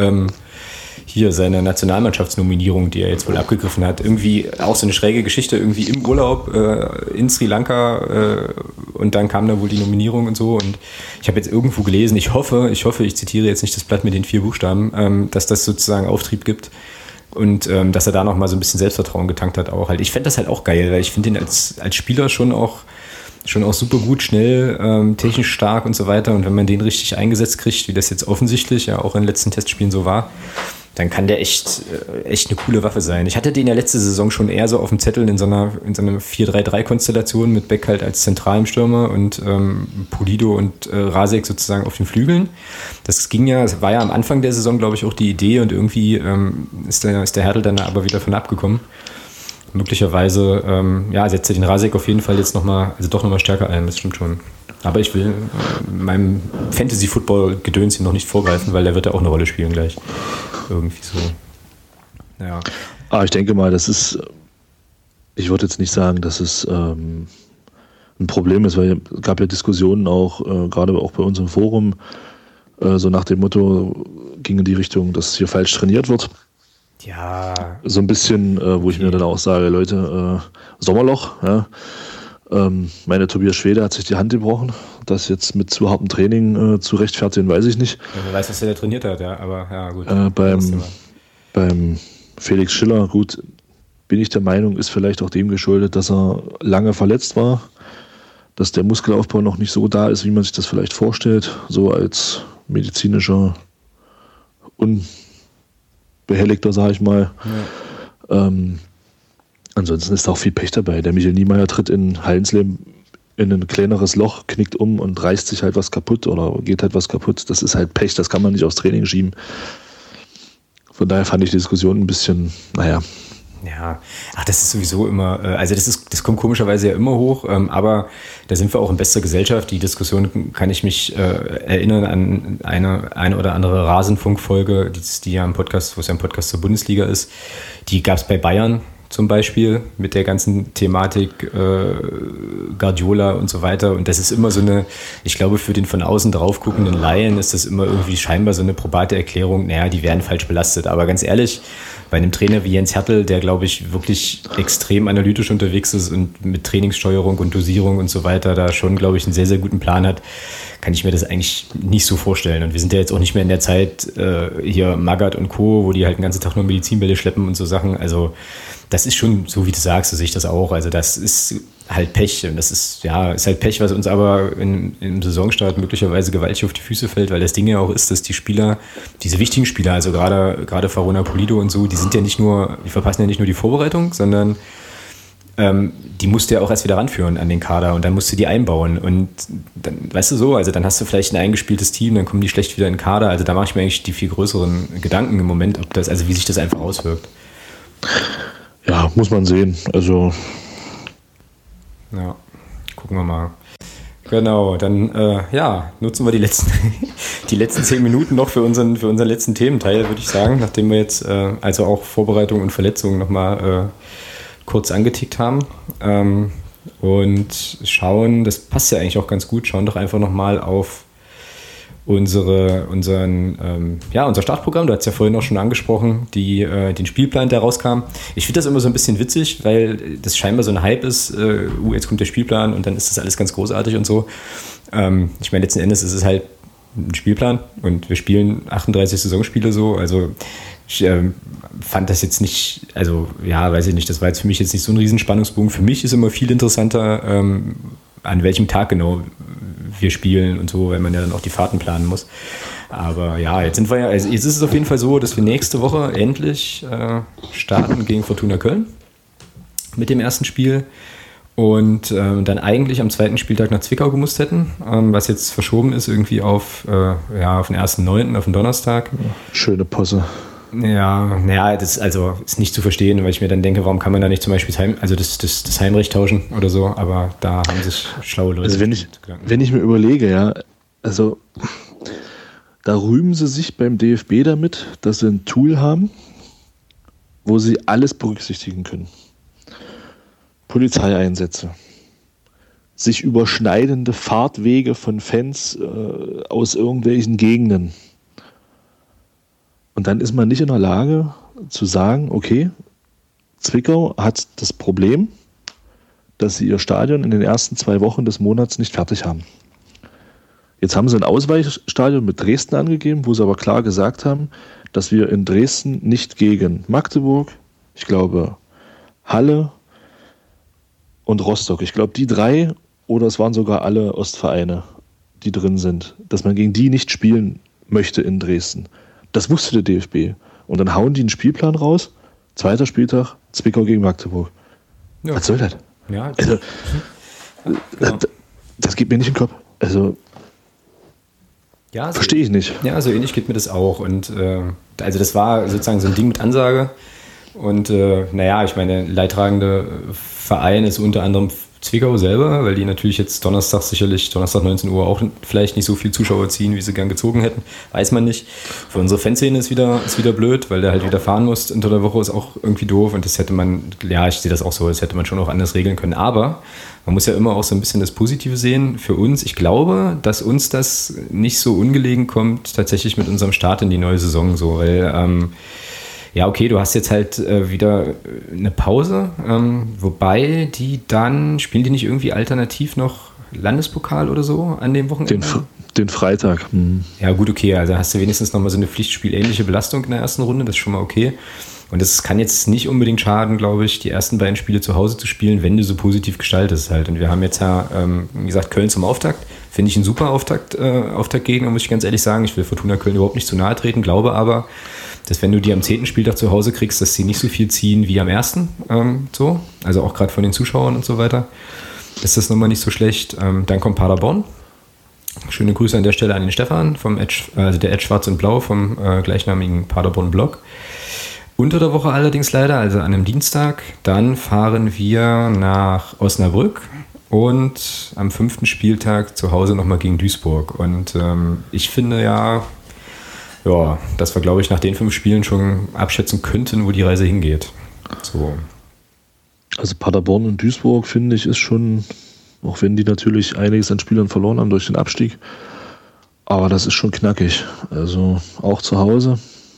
Nationalmannschaftsnominierung, die er jetzt wohl abgegriffen hat. Irgendwie auch so eine schräge Geschichte, irgendwie im Urlaub in Sri Lanka und dann kam da wohl die Nominierung und so. Und ich habe jetzt irgendwo gelesen, ich hoffe, ich zitiere jetzt nicht das Blatt mit den 4 Buchstaben, dass das sozusagen Auftrieb gibt und dass er da noch mal so ein bisschen Selbstvertrauen getankt hat auch halt. Ich fände das halt auch geil, weil ich finde ihn als Spieler schon auch super gut, schnell, technisch stark und so weiter. Und wenn man den richtig eingesetzt kriegt, wie das jetzt offensichtlich ja auch in den letzten Testspielen so war, dann kann der echt eine coole Waffe sein. Ich hatte den ja letzte Saison schon eher so auf dem Zettel in so einer 4-3-3-Konstellation mit Beck halt als zentralen Stürmer und Pulido und Rasek sozusagen auf den Flügeln. Das war ja am Anfang der Saison, glaube ich, auch die Idee und irgendwie ist der Hertel dann aber wieder von abgekommen. Möglicherweise setzt er den Rasek auf jeden Fall jetzt doch nochmal stärker ein, das stimmt schon. Aber ich will meinem Fantasy-Football-Gedöns hier noch nicht vorgreifen, weil der wird ja auch eine Rolle spielen gleich. Irgendwie so. Ja. Ich denke mal, ich würde jetzt nicht sagen, dass es ein Problem ist, weil es gab ja Diskussionen auch, gerade auch bei uns im Forum, so nach dem Motto, ging in die Richtung, dass hier falsch trainiert wird. Ja. So ein bisschen, wo ich mir dann auch sage, Leute, Sommerloch, ja. Meine Tobias Schwede hat sich die Hand gebrochen. Das jetzt mit zu hartem Training zu rechtfertigen, weiß ich nicht. Ja, wer weiß, was der trainiert hat, ja, aber ja, gut. Beim Felix Schiller, gut, bin ich der Meinung, ist vielleicht auch dem geschuldet, dass er lange verletzt war, dass der Muskelaufbau noch nicht so da ist, wie man sich das vielleicht vorstellt, so als medizinischer Unbehelligter, sage ich mal. Ja. Ansonsten ist da auch viel Pech dabei. Der Michael Niemeyer tritt in Hallensleben in ein kleineres Loch, knickt um und reißt sich halt was kaputt oder geht halt was kaputt. Das ist halt Pech, das kann man nicht aufs Training schieben. Von daher fand ich die Diskussion ein bisschen, naja. Ja, das ist sowieso immer, also das kommt komischerweise ja immer hoch, aber da sind wir auch in bester Gesellschaft. Die Diskussion kann ich mich erinnern an eine oder andere Rasenfunk-Folge, die ja wo es ja ein Podcast zur Bundesliga ist. Die gab es bei Bayern zum Beispiel mit der ganzen Thematik Guardiola und so weiter. Und das ist immer so ich glaube, für den von außen drauf guckenden Laien ist das immer irgendwie scheinbar so eine probate Erklärung, die werden falsch belastet. Aber ganz ehrlich, bei einem Trainer wie Jens Hertel, der, glaube ich, wirklich extrem analytisch unterwegs ist und mit Trainingssteuerung und Dosierung und so weiter da schon, glaube ich, einen sehr, sehr guten Plan hat, kann ich mir das eigentlich nicht so vorstellen. Und wir sind ja jetzt auch nicht mehr in der Zeit hier Magath und Co., wo die halt den ganzen Tag nur Medizinbälle schleppen und so Sachen. Also das ist schon, so wie du sagst, so sehe ich das auch. Also das ist halt Pech. Und das ist halt Pech, was uns aber im Saisonstart möglicherweise gewaltig auf die Füße fällt, weil das Ding ja auch ist, dass die Spieler, diese wichtigen Spieler, also gerade Farona Pulido und so, die verpassen ja nicht nur die Vorbereitung, sondern die musst du ja auch erst wieder ranführen an den Kader und dann musst du die einbauen. Und dann, weißt du so, also dann hast du vielleicht ein eingespieltes Team, dann kommen die schlecht wieder in den Kader. Also da mache ich mir eigentlich die viel größeren Gedanken im Moment, wie sich das einfach auswirkt. Ja, muss man sehen. Also. Ja, gucken wir mal. Genau, dann nutzen wir die letzten 10 Minuten noch für unseren letzten Thementeil, würde ich sagen, nachdem wir jetzt also auch Vorbereitung und Verletzungen nochmal kurz angetickt haben. Und schauen, das passt ja eigentlich auch ganz gut, schauen doch einfach nochmal auf unser Startprogramm. Du hast ja vorhin auch schon angesprochen, den Spielplan, der rauskam. Ich finde das immer so ein bisschen witzig, weil das scheinbar so ein Hype ist. Jetzt kommt der Spielplan und dann ist das alles ganz großartig und so. Ich meine, letzten Endes ist es halt ein Spielplan und wir spielen 38 Saisonspiele so. Also ich fand das jetzt nicht, weiß ich nicht, das war jetzt für mich jetzt nicht so ein Riesenspannungsbogen. Für mich ist immer viel interessanter, an welchem Tag genau wir spielen und so, weil man ja dann auch die Fahrten planen muss. Aber ja, jetzt ist es auf jeden Fall so, dass wir nächste Woche endlich starten gegen Fortuna Köln mit dem ersten Spiel und dann eigentlich am zweiten Spieltag nach Zwickau gemusst hätten, was jetzt verschoben ist irgendwie auf den 1.9., auf den Donnerstag. Schöne Posse. Ja, das ist nicht zu verstehen, weil ich mir dann denke, warum kann man da nicht zum Beispiel das Heimrecht tauschen oder so, aber da haben sich schlaue Leute. Also wenn ich mir überlege, da rühmen sie sich beim DFB damit, dass sie ein Tool haben, wo sie alles berücksichtigen können. Polizeieinsätze, sich überschneidende Fahrtwege von Fans aus irgendwelchen Gegenden. Und dann ist man nicht in der Lage zu sagen, okay, Zwickau hat das Problem, dass sie ihr Stadion in den ersten 2 Wochen des Monats nicht fertig haben. Jetzt haben sie ein Ausweichstadion mit Dresden angegeben, wo sie aber klar gesagt haben, dass wir in Dresden nicht gegen Magdeburg, ich glaube Halle und Rostock, ich glaube die 3 oder es waren sogar alle Ostvereine, die drin sind, dass man gegen die nicht spielen möchte in Dresden. Das wusste der DFB. Und dann hauen die einen Spielplan raus, 2. Spieltag, Zwickau gegen Magdeburg. Ja. Was soll das? Ja, also, genau. Das geht mir nicht in den Kopf. Also, ja, verstehe ich nicht. Ja, so ähnlich geht mir das auch. Und also das war sozusagen so ein Ding mit Ansage. Und naja, ich meine, leidtragende Verein ist unter anderem Zwickau selber, weil die natürlich jetzt Donnerstag 19 Uhr auch vielleicht nicht so viel Zuschauer ziehen, wie sie gern gezogen hätten. Weiß man nicht. Für unsere Fanszene ist wieder blöd, weil der halt wieder fahren muss unter der Woche, ist auch irgendwie doof. Und das hätte man, ja, ich sehe das auch so, das hätte man schon auch anders regeln können. Aber man muss ja immer auch so ein bisschen das Positive sehen für uns. Ich glaube, dass uns das nicht so ungelegen kommt, tatsächlich mit unserem Start in die neue Saison so, weil ja, okay, du hast jetzt halt wieder eine Pause, wobei spielen die nicht irgendwie alternativ noch Landespokal oder so an dem Wochenende? Den Freitag. Mhm. Ja gut, okay, also hast du wenigstens nochmal so eine pflichtspielähnliche Belastung in der ersten Runde, das ist schon mal okay. Und es kann jetzt nicht unbedingt schaden, glaube ich, die ersten beiden Spiele zu Hause zu spielen, wenn du so positiv gestaltest halt. Und wir haben jetzt ja, wie gesagt, Köln zum Auftakt. Finde ich ein super Auftaktgegner, muss ich ganz ehrlich sagen. Ich will Fortuna Köln überhaupt nicht zu nahe treten, glaube aber, dass wenn du die am 10. Spieltag zu Hause kriegst, dass sie nicht so viel ziehen wie am 1. So. Also auch gerade von den Zuschauern und so weiter. Ist das nochmal nicht so schlecht. Dann kommt Paderborn. Schöne Grüße an der Stelle an den Stefan, der Edge Schwarz und Blau vom gleichnamigen Paderborn-Blog. Unter der Woche allerdings leider, also an einem Dienstag. Dann fahren wir nach Osnabrück und am 5. Spieltag zu Hause nochmal gegen Duisburg. Und ich finde ja, dass wir, glaube ich, nach den 5 Spielen schon abschätzen könnten, wo die Reise hingeht. So. Also Paderborn und Duisburg, finde ich, ist schon, auch wenn die natürlich einiges an Spielern verloren haben durch den Abstieg, aber das ist schon knackig. Also auch zu Hause,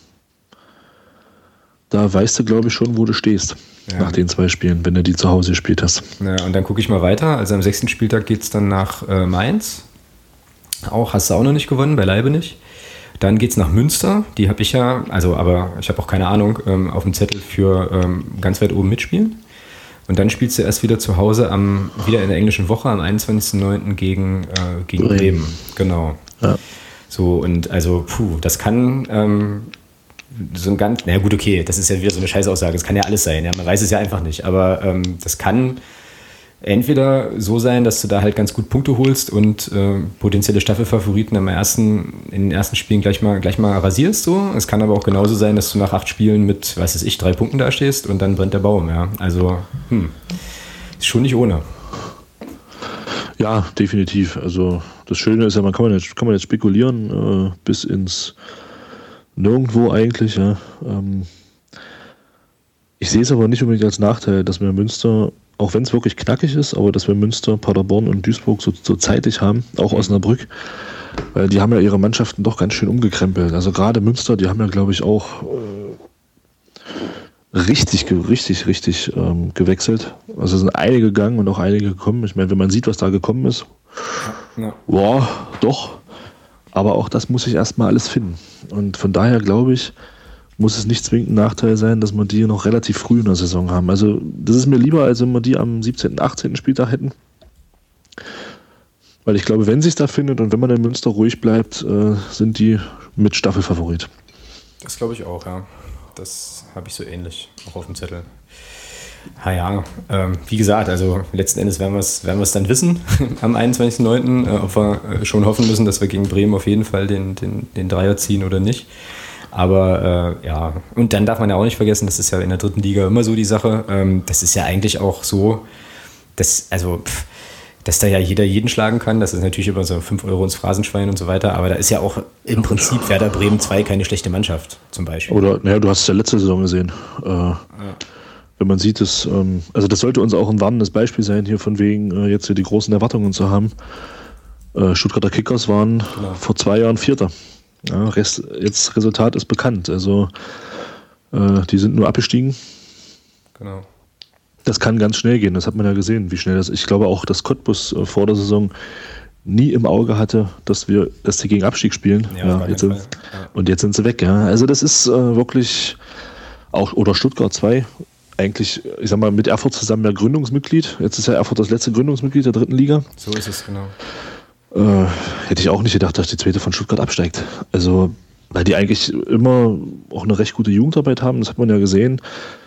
da weißt du, glaube ich, schon, wo du stehst nach den 2 Spielen, wenn du die zu Hause gespielt hast. Ja, und dann gucke ich mal weiter. Also am 6. Spieltag geht es dann nach Mainz. Hast du auch noch nicht gewonnen, beileibe nicht. Dann geht es nach Münster. Die habe ich ja, aber ich habe auch keine Ahnung, auf dem Zettel für ganz weit oben mitspielen. Und dann spielst du erst wieder zu Hause wieder in der englischen Woche am 21.09. gegen Bremen. Genau. Ja. So, und also, das kann so ein ganz, naja gut, okay, das ist ja wieder so eine Scheißaussage, das kann ja alles sein, ja, man weiß es ja einfach nicht, aber das kann entweder so sein, dass du da halt ganz gut Punkte holst und potenzielle Staffelfavoriten in den ersten Spielen gleich mal rasierst, so. Es kann aber auch genauso sein, dass du nach 8 Spielen mit, 3 Punkten da stehst und dann brennt der Baum, ja, also ist schon nicht ohne. Ja, definitiv, also das Schöne ist ja, kann man jetzt spekulieren bis ins Nirgendwo eigentlich, ja. Ich sehe es aber nicht unbedingt als Nachteil, dass wir Münster, auch wenn es wirklich knackig ist, aber dass wir Münster, Paderborn und Duisburg so zeitig haben, auch Osnabrück, weil die haben ja ihre Mannschaften doch ganz schön umgekrempelt. Also gerade Münster, die haben ja, glaube ich, auch richtig gewechselt. Also sind einige gegangen und auch einige gekommen. Ich meine, wenn man sieht, was da gekommen ist, doch. Aber auch das muss ich erstmal alles finden. Und von daher glaube ich, muss es nicht zwingend ein Nachteil sein, dass wir die noch relativ früh in der Saison haben. Also das ist mir lieber, als wenn wir die am 17., 18. Spieltag hätten. Weil ich glaube, wenn sich da findet und wenn man in Münster ruhig bleibt, sind die mit Staffelfavorit. Das glaube ich auch, ja. Das habe ich so ähnlich auch auf dem Zettel. Ja, wie gesagt, also letzten Endes werden wir es dann wissen am 21.09., ob wir schon hoffen müssen, dass wir gegen Bremen auf jeden Fall den Dreier ziehen oder nicht. Aber ja, und dann darf man ja auch nicht vergessen, das ist ja in der 3. Liga immer so die Sache, das ist ja eigentlich auch so, dass da ja jeder jeden schlagen kann, das ist natürlich immer so 5 Euro ins Phrasenschwein und so weiter, aber da ist ja auch im Prinzip Werder Bremen 2 keine schlechte Mannschaft zum Beispiel. Oder, naja, du hast es ja letzte Saison gesehen. wenn man sieht, dass, also das sollte uns auch ein warnendes Beispiel sein, hier von wegen jetzt hier die großen Erwartungen zu haben. Stuttgarter Kickers waren vor 2 Jahren Vierter. Ja, jetzt Resultat ist bekannt. Also die sind nur abgestiegen. Genau. Das kann ganz schnell gehen, das hat man ja gesehen, wie schnell das ist. Ich glaube auch, dass Cottbus vor der Saison nie im Auge hatte, dass sie gegen Abstieg spielen. Und jetzt sind sie weg. Ja. Also das ist wirklich auch, oder Stuttgart 2, eigentlich, ich sag mal, mit Erfurt zusammen ja Gründungsmitglied. Jetzt ist ja Erfurt das letzte Gründungsmitglied der 3. Liga. So ist es, genau. Hätte ich auch nicht gedacht, dass die zweite von Stuttgart absteigt. Also, weil die eigentlich immer auch eine recht gute Jugendarbeit haben, das hat man ja gesehen.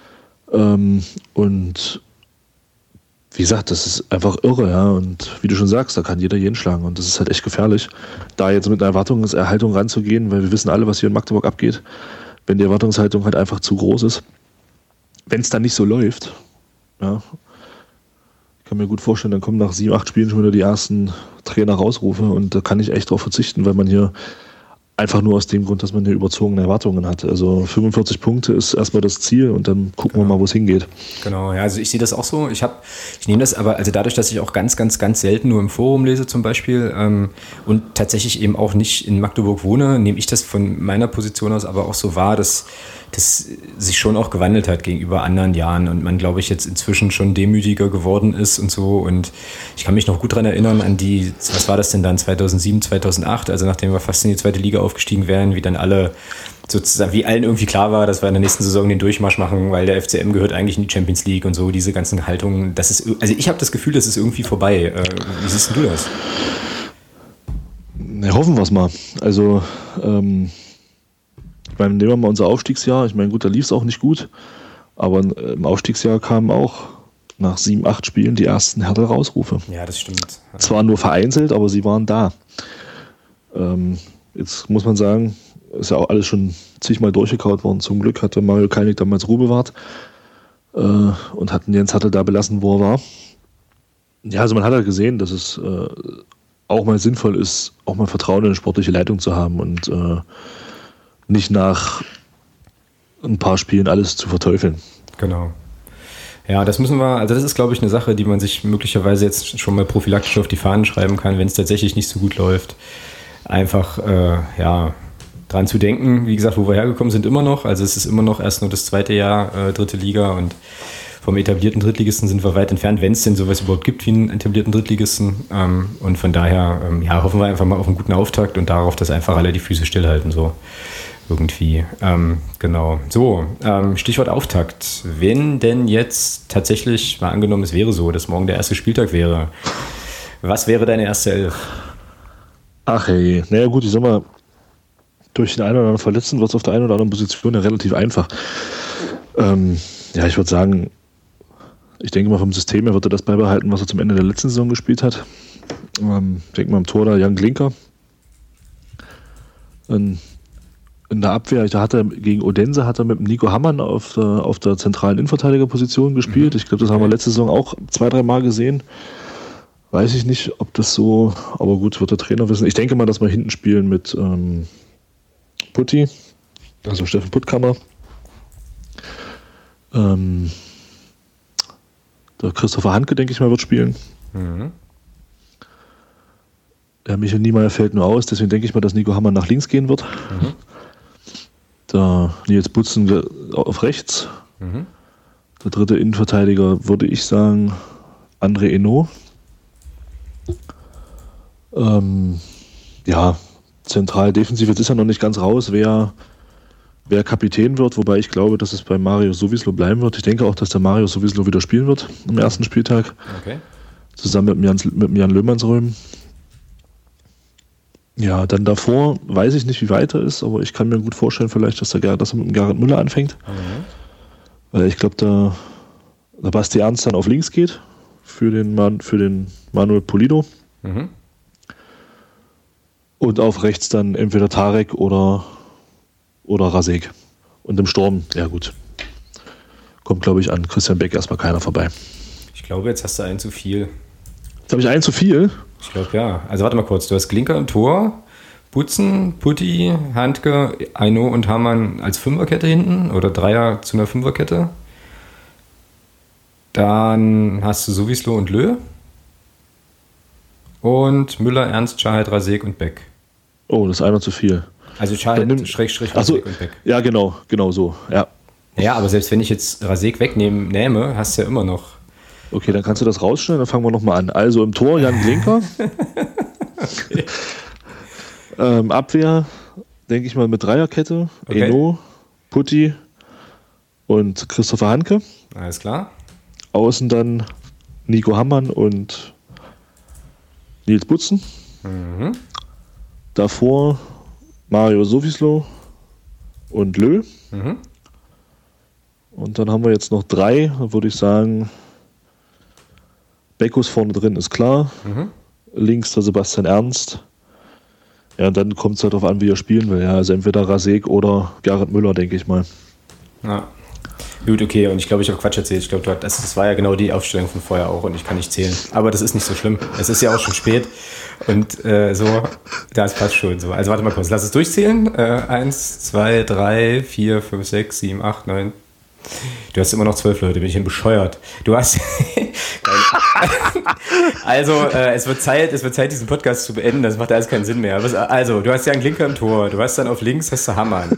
Und wie gesagt, das ist einfach irre, ja. Und wie du schon sagst, da kann jeder jeden schlagen. Und das ist halt echt gefährlich, da jetzt mit einer Erwartungserhaltung ranzugehen, weil wir wissen alle, was hier in Magdeburg abgeht, wenn die Erwartungshaltung halt einfach zu groß ist. Wenn es dann nicht so läuft, ja, ich kann mir gut vorstellen, dann kommen nach 7, 8 Spielen schon wieder die ersten Trainer-Rausrufe und da kann ich echt drauf verzichten, weil man hier einfach nur aus dem Grund, dass man hier überzogene Erwartungen hat. Also 45 Punkte ist erstmal das Ziel und dann gucken wir mal, wo es hingeht. Genau, ja, also ich sehe das auch so. Ich nehme das aber, also dadurch, dass ich auch ganz, ganz, ganz selten nur im Forum lese zum Beispiel und tatsächlich eben auch nicht in Magdeburg wohne, nehme ich das von meiner Position aus aber auch so wahr, dass das sich schon auch gewandelt hat gegenüber anderen Jahren und man, glaube ich, jetzt inzwischen schon demütiger geworden ist und so. Und ich kann mich noch gut daran erinnern an die, was war das denn dann, 2007, 2008, also nachdem wir fast in die 2. Liga aufgestiegen wären, wie dann alle sozusagen, wie allen irgendwie klar war, dass wir in der nächsten Saison den Durchmarsch machen, weil der FCM gehört eigentlich in die Champions League und so, diese ganzen Haltungen. Das ist, also ich habe das Gefühl, das ist irgendwie vorbei. Wie siehst du das? Ja, hoffen wir es mal. Also, ich meine, nehmen wir mal unser Aufstiegsjahr. Ich meine, gut, da lief es auch nicht gut. Aber im Aufstiegsjahr kamen auch nach 7, 8 Spielen die ersten Härte-Rausrufe. Ja, das stimmt. Ja. Zwar nur vereinzelt, aber sie waren da. Jetzt muss man sagen, ist ja auch alles schon zigmal durchgekaut worden. Zum Glück hatte Mario Kalnick damals Ruhe bewahrt und hat Jens Hartl da belassen, wo er war. Ja, also man hat ja gesehen, dass es auch mal sinnvoll ist, auch mal Vertrauen in eine sportliche Leitung zu haben und nicht nach ein paar Spielen alles zu verteufeln. Genau. Ja, das müssen wir, also das ist, glaube ich, eine Sache, die man sich möglicherweise jetzt schon mal prophylaktisch auf die Fahnen schreiben kann, wenn es tatsächlich nicht so gut läuft. Einfach, dran zu denken, wie gesagt, wo wir hergekommen sind immer noch. Also es ist immer noch erst nur das 2. Jahr 3. Liga und vom etablierten Drittligisten sind wir weit entfernt, wenn es denn sowas überhaupt gibt wie einen etablierten Drittligisten. Und von daher hoffen wir einfach mal auf einen guten Auftakt und darauf, dass einfach alle die Füße stillhalten, so irgendwie. Genau. So, Stichwort Auftakt. Wenn denn jetzt tatsächlich, mal angenommen, es wäre so, dass morgen der erste Spieltag wäre, was wäre deine erste Elf? Ach hey, naja gut, ich sag mal, durch den einen oder anderen Verletzten wird es auf der einen oder anderen Position ja relativ einfach. Ich würde sagen, ich denke mal vom System her wird er das beibehalten, was er zum Ende der letzten Saison gespielt hat. Ich denke mal am Tor da Jan Glinker. In der Abwehr, gegen Odense hat er mit Nico Hammann auf der zentralen Innenverteidigerposition gespielt. Ich glaube, das haben wir letzte Saison auch 2, 3 Mal gesehen. Weiß ich nicht, ob das so, aber gut, wird der Trainer wissen. Ich denke mal, dass wir hinten spielen mit Putti, also Steffen Puttkammer. Der Christopher Handke, denke ich mal, wird spielen. Der Michael Niemeyer fällt nur aus, deswegen denke ich mal, dass Nico Hammann nach links gehen wird. Der Nils Butzen auf rechts. Der dritte Innenverteidiger würde ich sagen André Eno. Zentral defensiv, jetzt ist er noch nicht ganz raus, wer Kapitän wird, wobei ich glaube, dass es bei Marius Sowislo bleiben wird. Ich denke auch, dass der Marius Sowislo wieder spielen wird am ersten Spieltag. Okay. Zusammen mit dem Jan Löhmannsröhm. Ja, dann davor weiß ich nicht, wie weit er ist, aber ich kann mir gut vorstellen, vielleicht, dass er mit dem Gerrit Müller anfängt. Weil ich glaube, der Basti Ernst dann auf links geht für den Manuel Pulido. Und auf rechts dann entweder Tarek oder Rasek. Und im Sturm, ja gut, kommt, glaube ich, an Christian Beck erstmal keiner vorbei. Ich glaube, jetzt hast du einen zu viel. Jetzt habe ich einen zu viel? Ich glaube, ja. Also warte mal kurz. Du hast Glinker im Tor, Butzen, Putti, Handke, Aino und Hamann als Fünferkette hinten oder Dreier zu einer Fünferkette. Dann hast du Sowieso und Löw. Und Müller, Ernst, Chahed, Rasek und Beck. Oh, das ist einer zu viel. Also Chahed, Schrägstrich, Rasek und Beck. Ja, genau so, ja. Ja, aber selbst wenn ich jetzt Rasek wegnehme, hast du ja immer noch. Okay, dann kannst du das rausstellen, dann fangen wir nochmal an. Also im Tor Jan Glinker. Abwehr, denke ich mal, mit Dreierkette. Okay. Eno, Putti und Christopher Hanke. Alles klar. Außen dann Nico Hammann und Nils Butzen. Mhm. Davor Mario Sowieso und Löw. Mhm. Und dann haben wir jetzt noch 3, da würde ich sagen, Beckus vorne drin ist klar. Mhm. Links der Sebastian Ernst. Ja, und dann kommt es halt darauf an, wie er spielen will. Ja, also entweder Rasek oder Gerrit Müller, denke ich mal. Ja. Gut, okay, und ich glaube, ich habe Quatsch erzählt. Ich glaube, das war ja genau die Aufstellung von vorher auch und ich kann nicht zählen. Aber das ist nicht so schlimm. Es ist ja auch schon spät und das passt schon so. Also warte mal kurz, lass es durchzählen. 1, 2, 3, 4, 5, 6, 7, 8, 9. Du hast immer noch 12 Leute, bin ich denn bescheuert. Du hast... Also, es wird Zeit, diesen Podcast zu beenden. Das macht alles keinen Sinn mehr. Also, du hast ja einen Glinker im Tor. Du hast dann auf links hast du Hammann.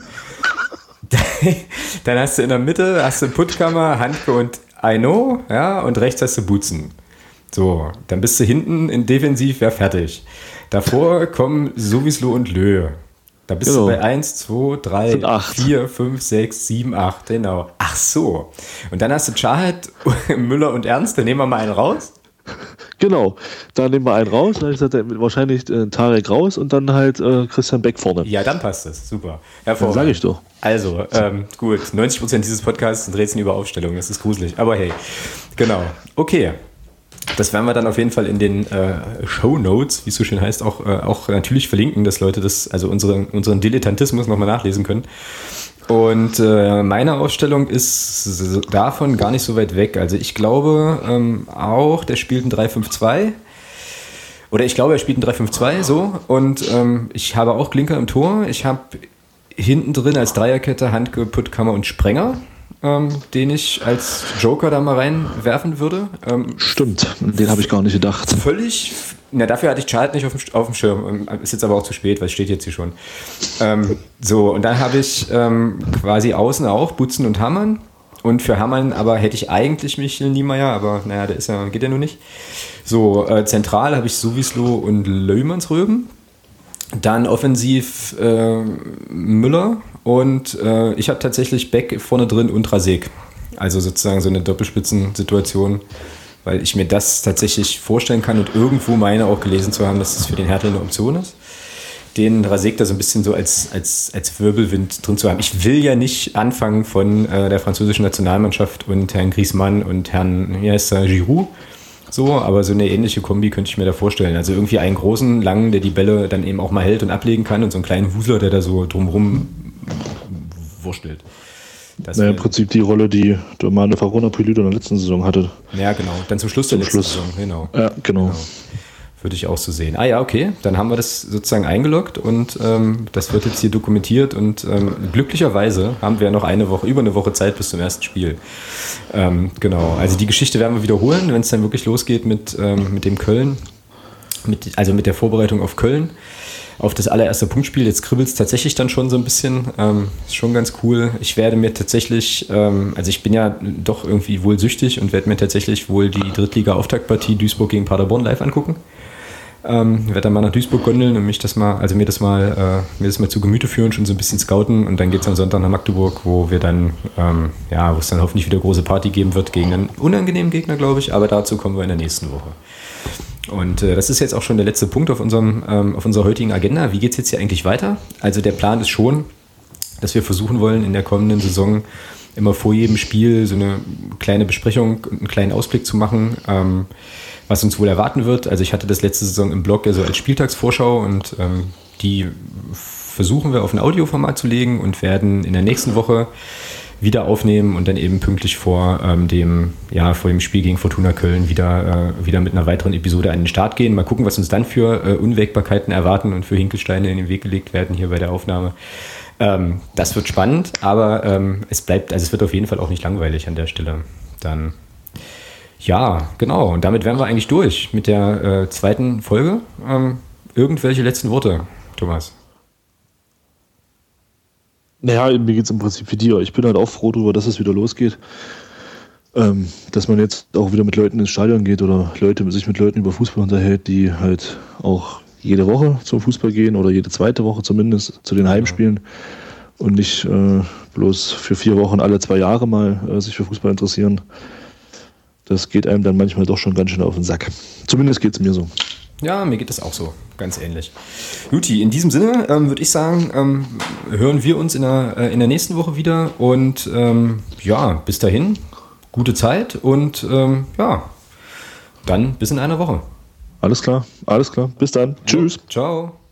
Dann hast du in der Mitte Puttkammer, Handke und Aino, ja, und rechts hast du Butzen. So, dann bist du hinten in Defensiv, fertig. Davor kommen Sowieso und Löw. Da bist du bei 1, 2, 3, 4, 5, 6, 7, 8, genau. Ach so. Und dann hast du Chahed, Müller und Ernst, dann nehmen wir mal einen raus. Genau, da nehmen wir einen raus, dann ich gesagt, wahrscheinlich Tarek raus und dann halt Christian Beck vorne. Ja, dann passt das, super. Dann sag ich doch. Also, gut, 90% dieses Podcasts sind Rätseln über Aufstellung, das ist gruselig, aber hey, genau, okay. Das werden wir dann auf jeden Fall in den Shownotes, wie es so schön heißt, auch natürlich verlinken, dass Leute unseren Dilettantismus nochmal nachlesen können. Und meine Aufstellung ist davon gar nicht so weit weg. Also ich glaube auch, der spielt ein 3-5-2. Oder ich glaube, er spielt ein 3-5-2, so. Und ich habe auch Glinker im Tor. Ich habe hinten drin als Dreierkette Handke, Puttkammer und Sprenger, den ich als Joker da mal reinwerfen würde. Stimmt, den habe ich gar nicht gedacht. Völlig, dafür hatte ich Chahed nicht auf dem Schirm. Ist jetzt aber auch zu spät, weil es steht jetzt hier schon. So, und dann habe ich quasi außen auch Butzen und Hammann. Und für Hammann aber hätte ich eigentlich Michel Niemeyer, aber naja, geht ja nur nicht. So, zentral habe ich Sowieso und Löhmannsröben. Dann offensiv Müller und ich habe tatsächlich Beck vorne drin und Rasek. Also sozusagen so eine Doppelspitzen-Situation, weil ich mir das tatsächlich vorstellen kann und irgendwo meine auch gelesen zu haben, dass das für den Hertha eine Option ist. Den Rasek da so ein bisschen so als Wirbelwind drin zu haben. Ich will ja nicht anfangen von der französischen Nationalmannschaft und Herrn Griezmann und Herrn, wie heißt er, Giroud. So, aber so eine ähnliche Kombi könnte ich mir da vorstellen. Also irgendwie einen großen, langen, der die Bälle dann eben auch mal hält und ablegen kann und so einen kleinen Wusler, der da so drumrum wurstelt. Im Prinzip die Rolle, die Domane Farona Pulido in der letzten Saison hatte. Ja, genau. Dann zum Schluss der letzten Saison. Genau. Ja, genau. Würde ich auch so sehen. Ah ja, okay. Dann haben wir das sozusagen eingeloggt und das wird jetzt hier dokumentiert und glücklicherweise haben wir noch über eine Woche Zeit bis zum ersten Spiel. Genau. Also die Geschichte werden wir wiederholen, wenn es dann wirklich losgeht mit dem Köln, mit der Vorbereitung auf Köln, auf das allererste Punktspiel. Jetzt kribbelt es tatsächlich dann schon so ein bisschen. Ist schon ganz cool. Ich werde mir tatsächlich, also ich bin ja doch irgendwie wohl süchtig und werde mir tatsächlich wohl die Drittliga-Auftaktpartie Duisburg gegen Paderborn live angucken. Werde dann mal nach Duisburg gondeln und mir das mal zu Gemüte führen, schon so ein bisschen scouten und dann geht es am Sonntag nach Magdeburg, wo wir dann, wo es dann hoffentlich wieder große Party geben wird gegen einen unangenehmen Gegner, glaube ich, aber dazu kommen wir in der nächsten Woche. Und das ist jetzt auch schon der letzte Punkt auf unserer heutigen Agenda. Wie geht es jetzt hier eigentlich weiter? Also der Plan ist schon, dass wir versuchen wollen, in der kommenden Saison immer vor jedem Spiel so eine kleine Besprechung, einen kleinen Ausblick zu machen, was uns wohl erwarten wird. Also ich hatte das letzte Saison im Blog so als Spieltagsvorschau und die versuchen wir auf ein Audioformat zu legen und werden in der nächsten Woche wieder aufnehmen und dann eben pünktlich vor dem Spiel gegen Fortuna Köln wieder mit einer weiteren Episode an den Start gehen. Mal gucken, was uns dann für Unwägbarkeiten erwarten und für Hinkelsteine in den Weg gelegt werden hier bei der Aufnahme. Das wird spannend, aber es wird auf jeden Fall auch nicht langweilig an der Stelle. Dann Ja, genau. Und damit wären wir eigentlich durch mit der zweiten Folge. Irgendwelche letzten Worte, Thomas? Naja, mir geht es im Prinzip wie dir. Ich bin halt auch froh darüber, dass es wieder losgeht. Dass man jetzt auch wieder mit Leuten ins Stadion geht oder sich mit Leuten über Fußball unterhält, die halt auch jede Woche zum Fußball gehen oder jede zweite Woche zumindest zu den Heimspielen und nicht bloß für 4 Wochen alle 2 Jahre mal sich für Fußball interessieren. Das geht einem dann manchmal doch schon ganz schön auf den Sack. Zumindest geht es mir so. Ja, mir geht es auch so, ganz ähnlich. Juti, in diesem Sinne würde ich sagen, hören wir uns in der nächsten Woche wieder und bis dahin, gute Zeit und dann bis in einer Woche. Alles klar. Bis dann. Tschüss. Ciao.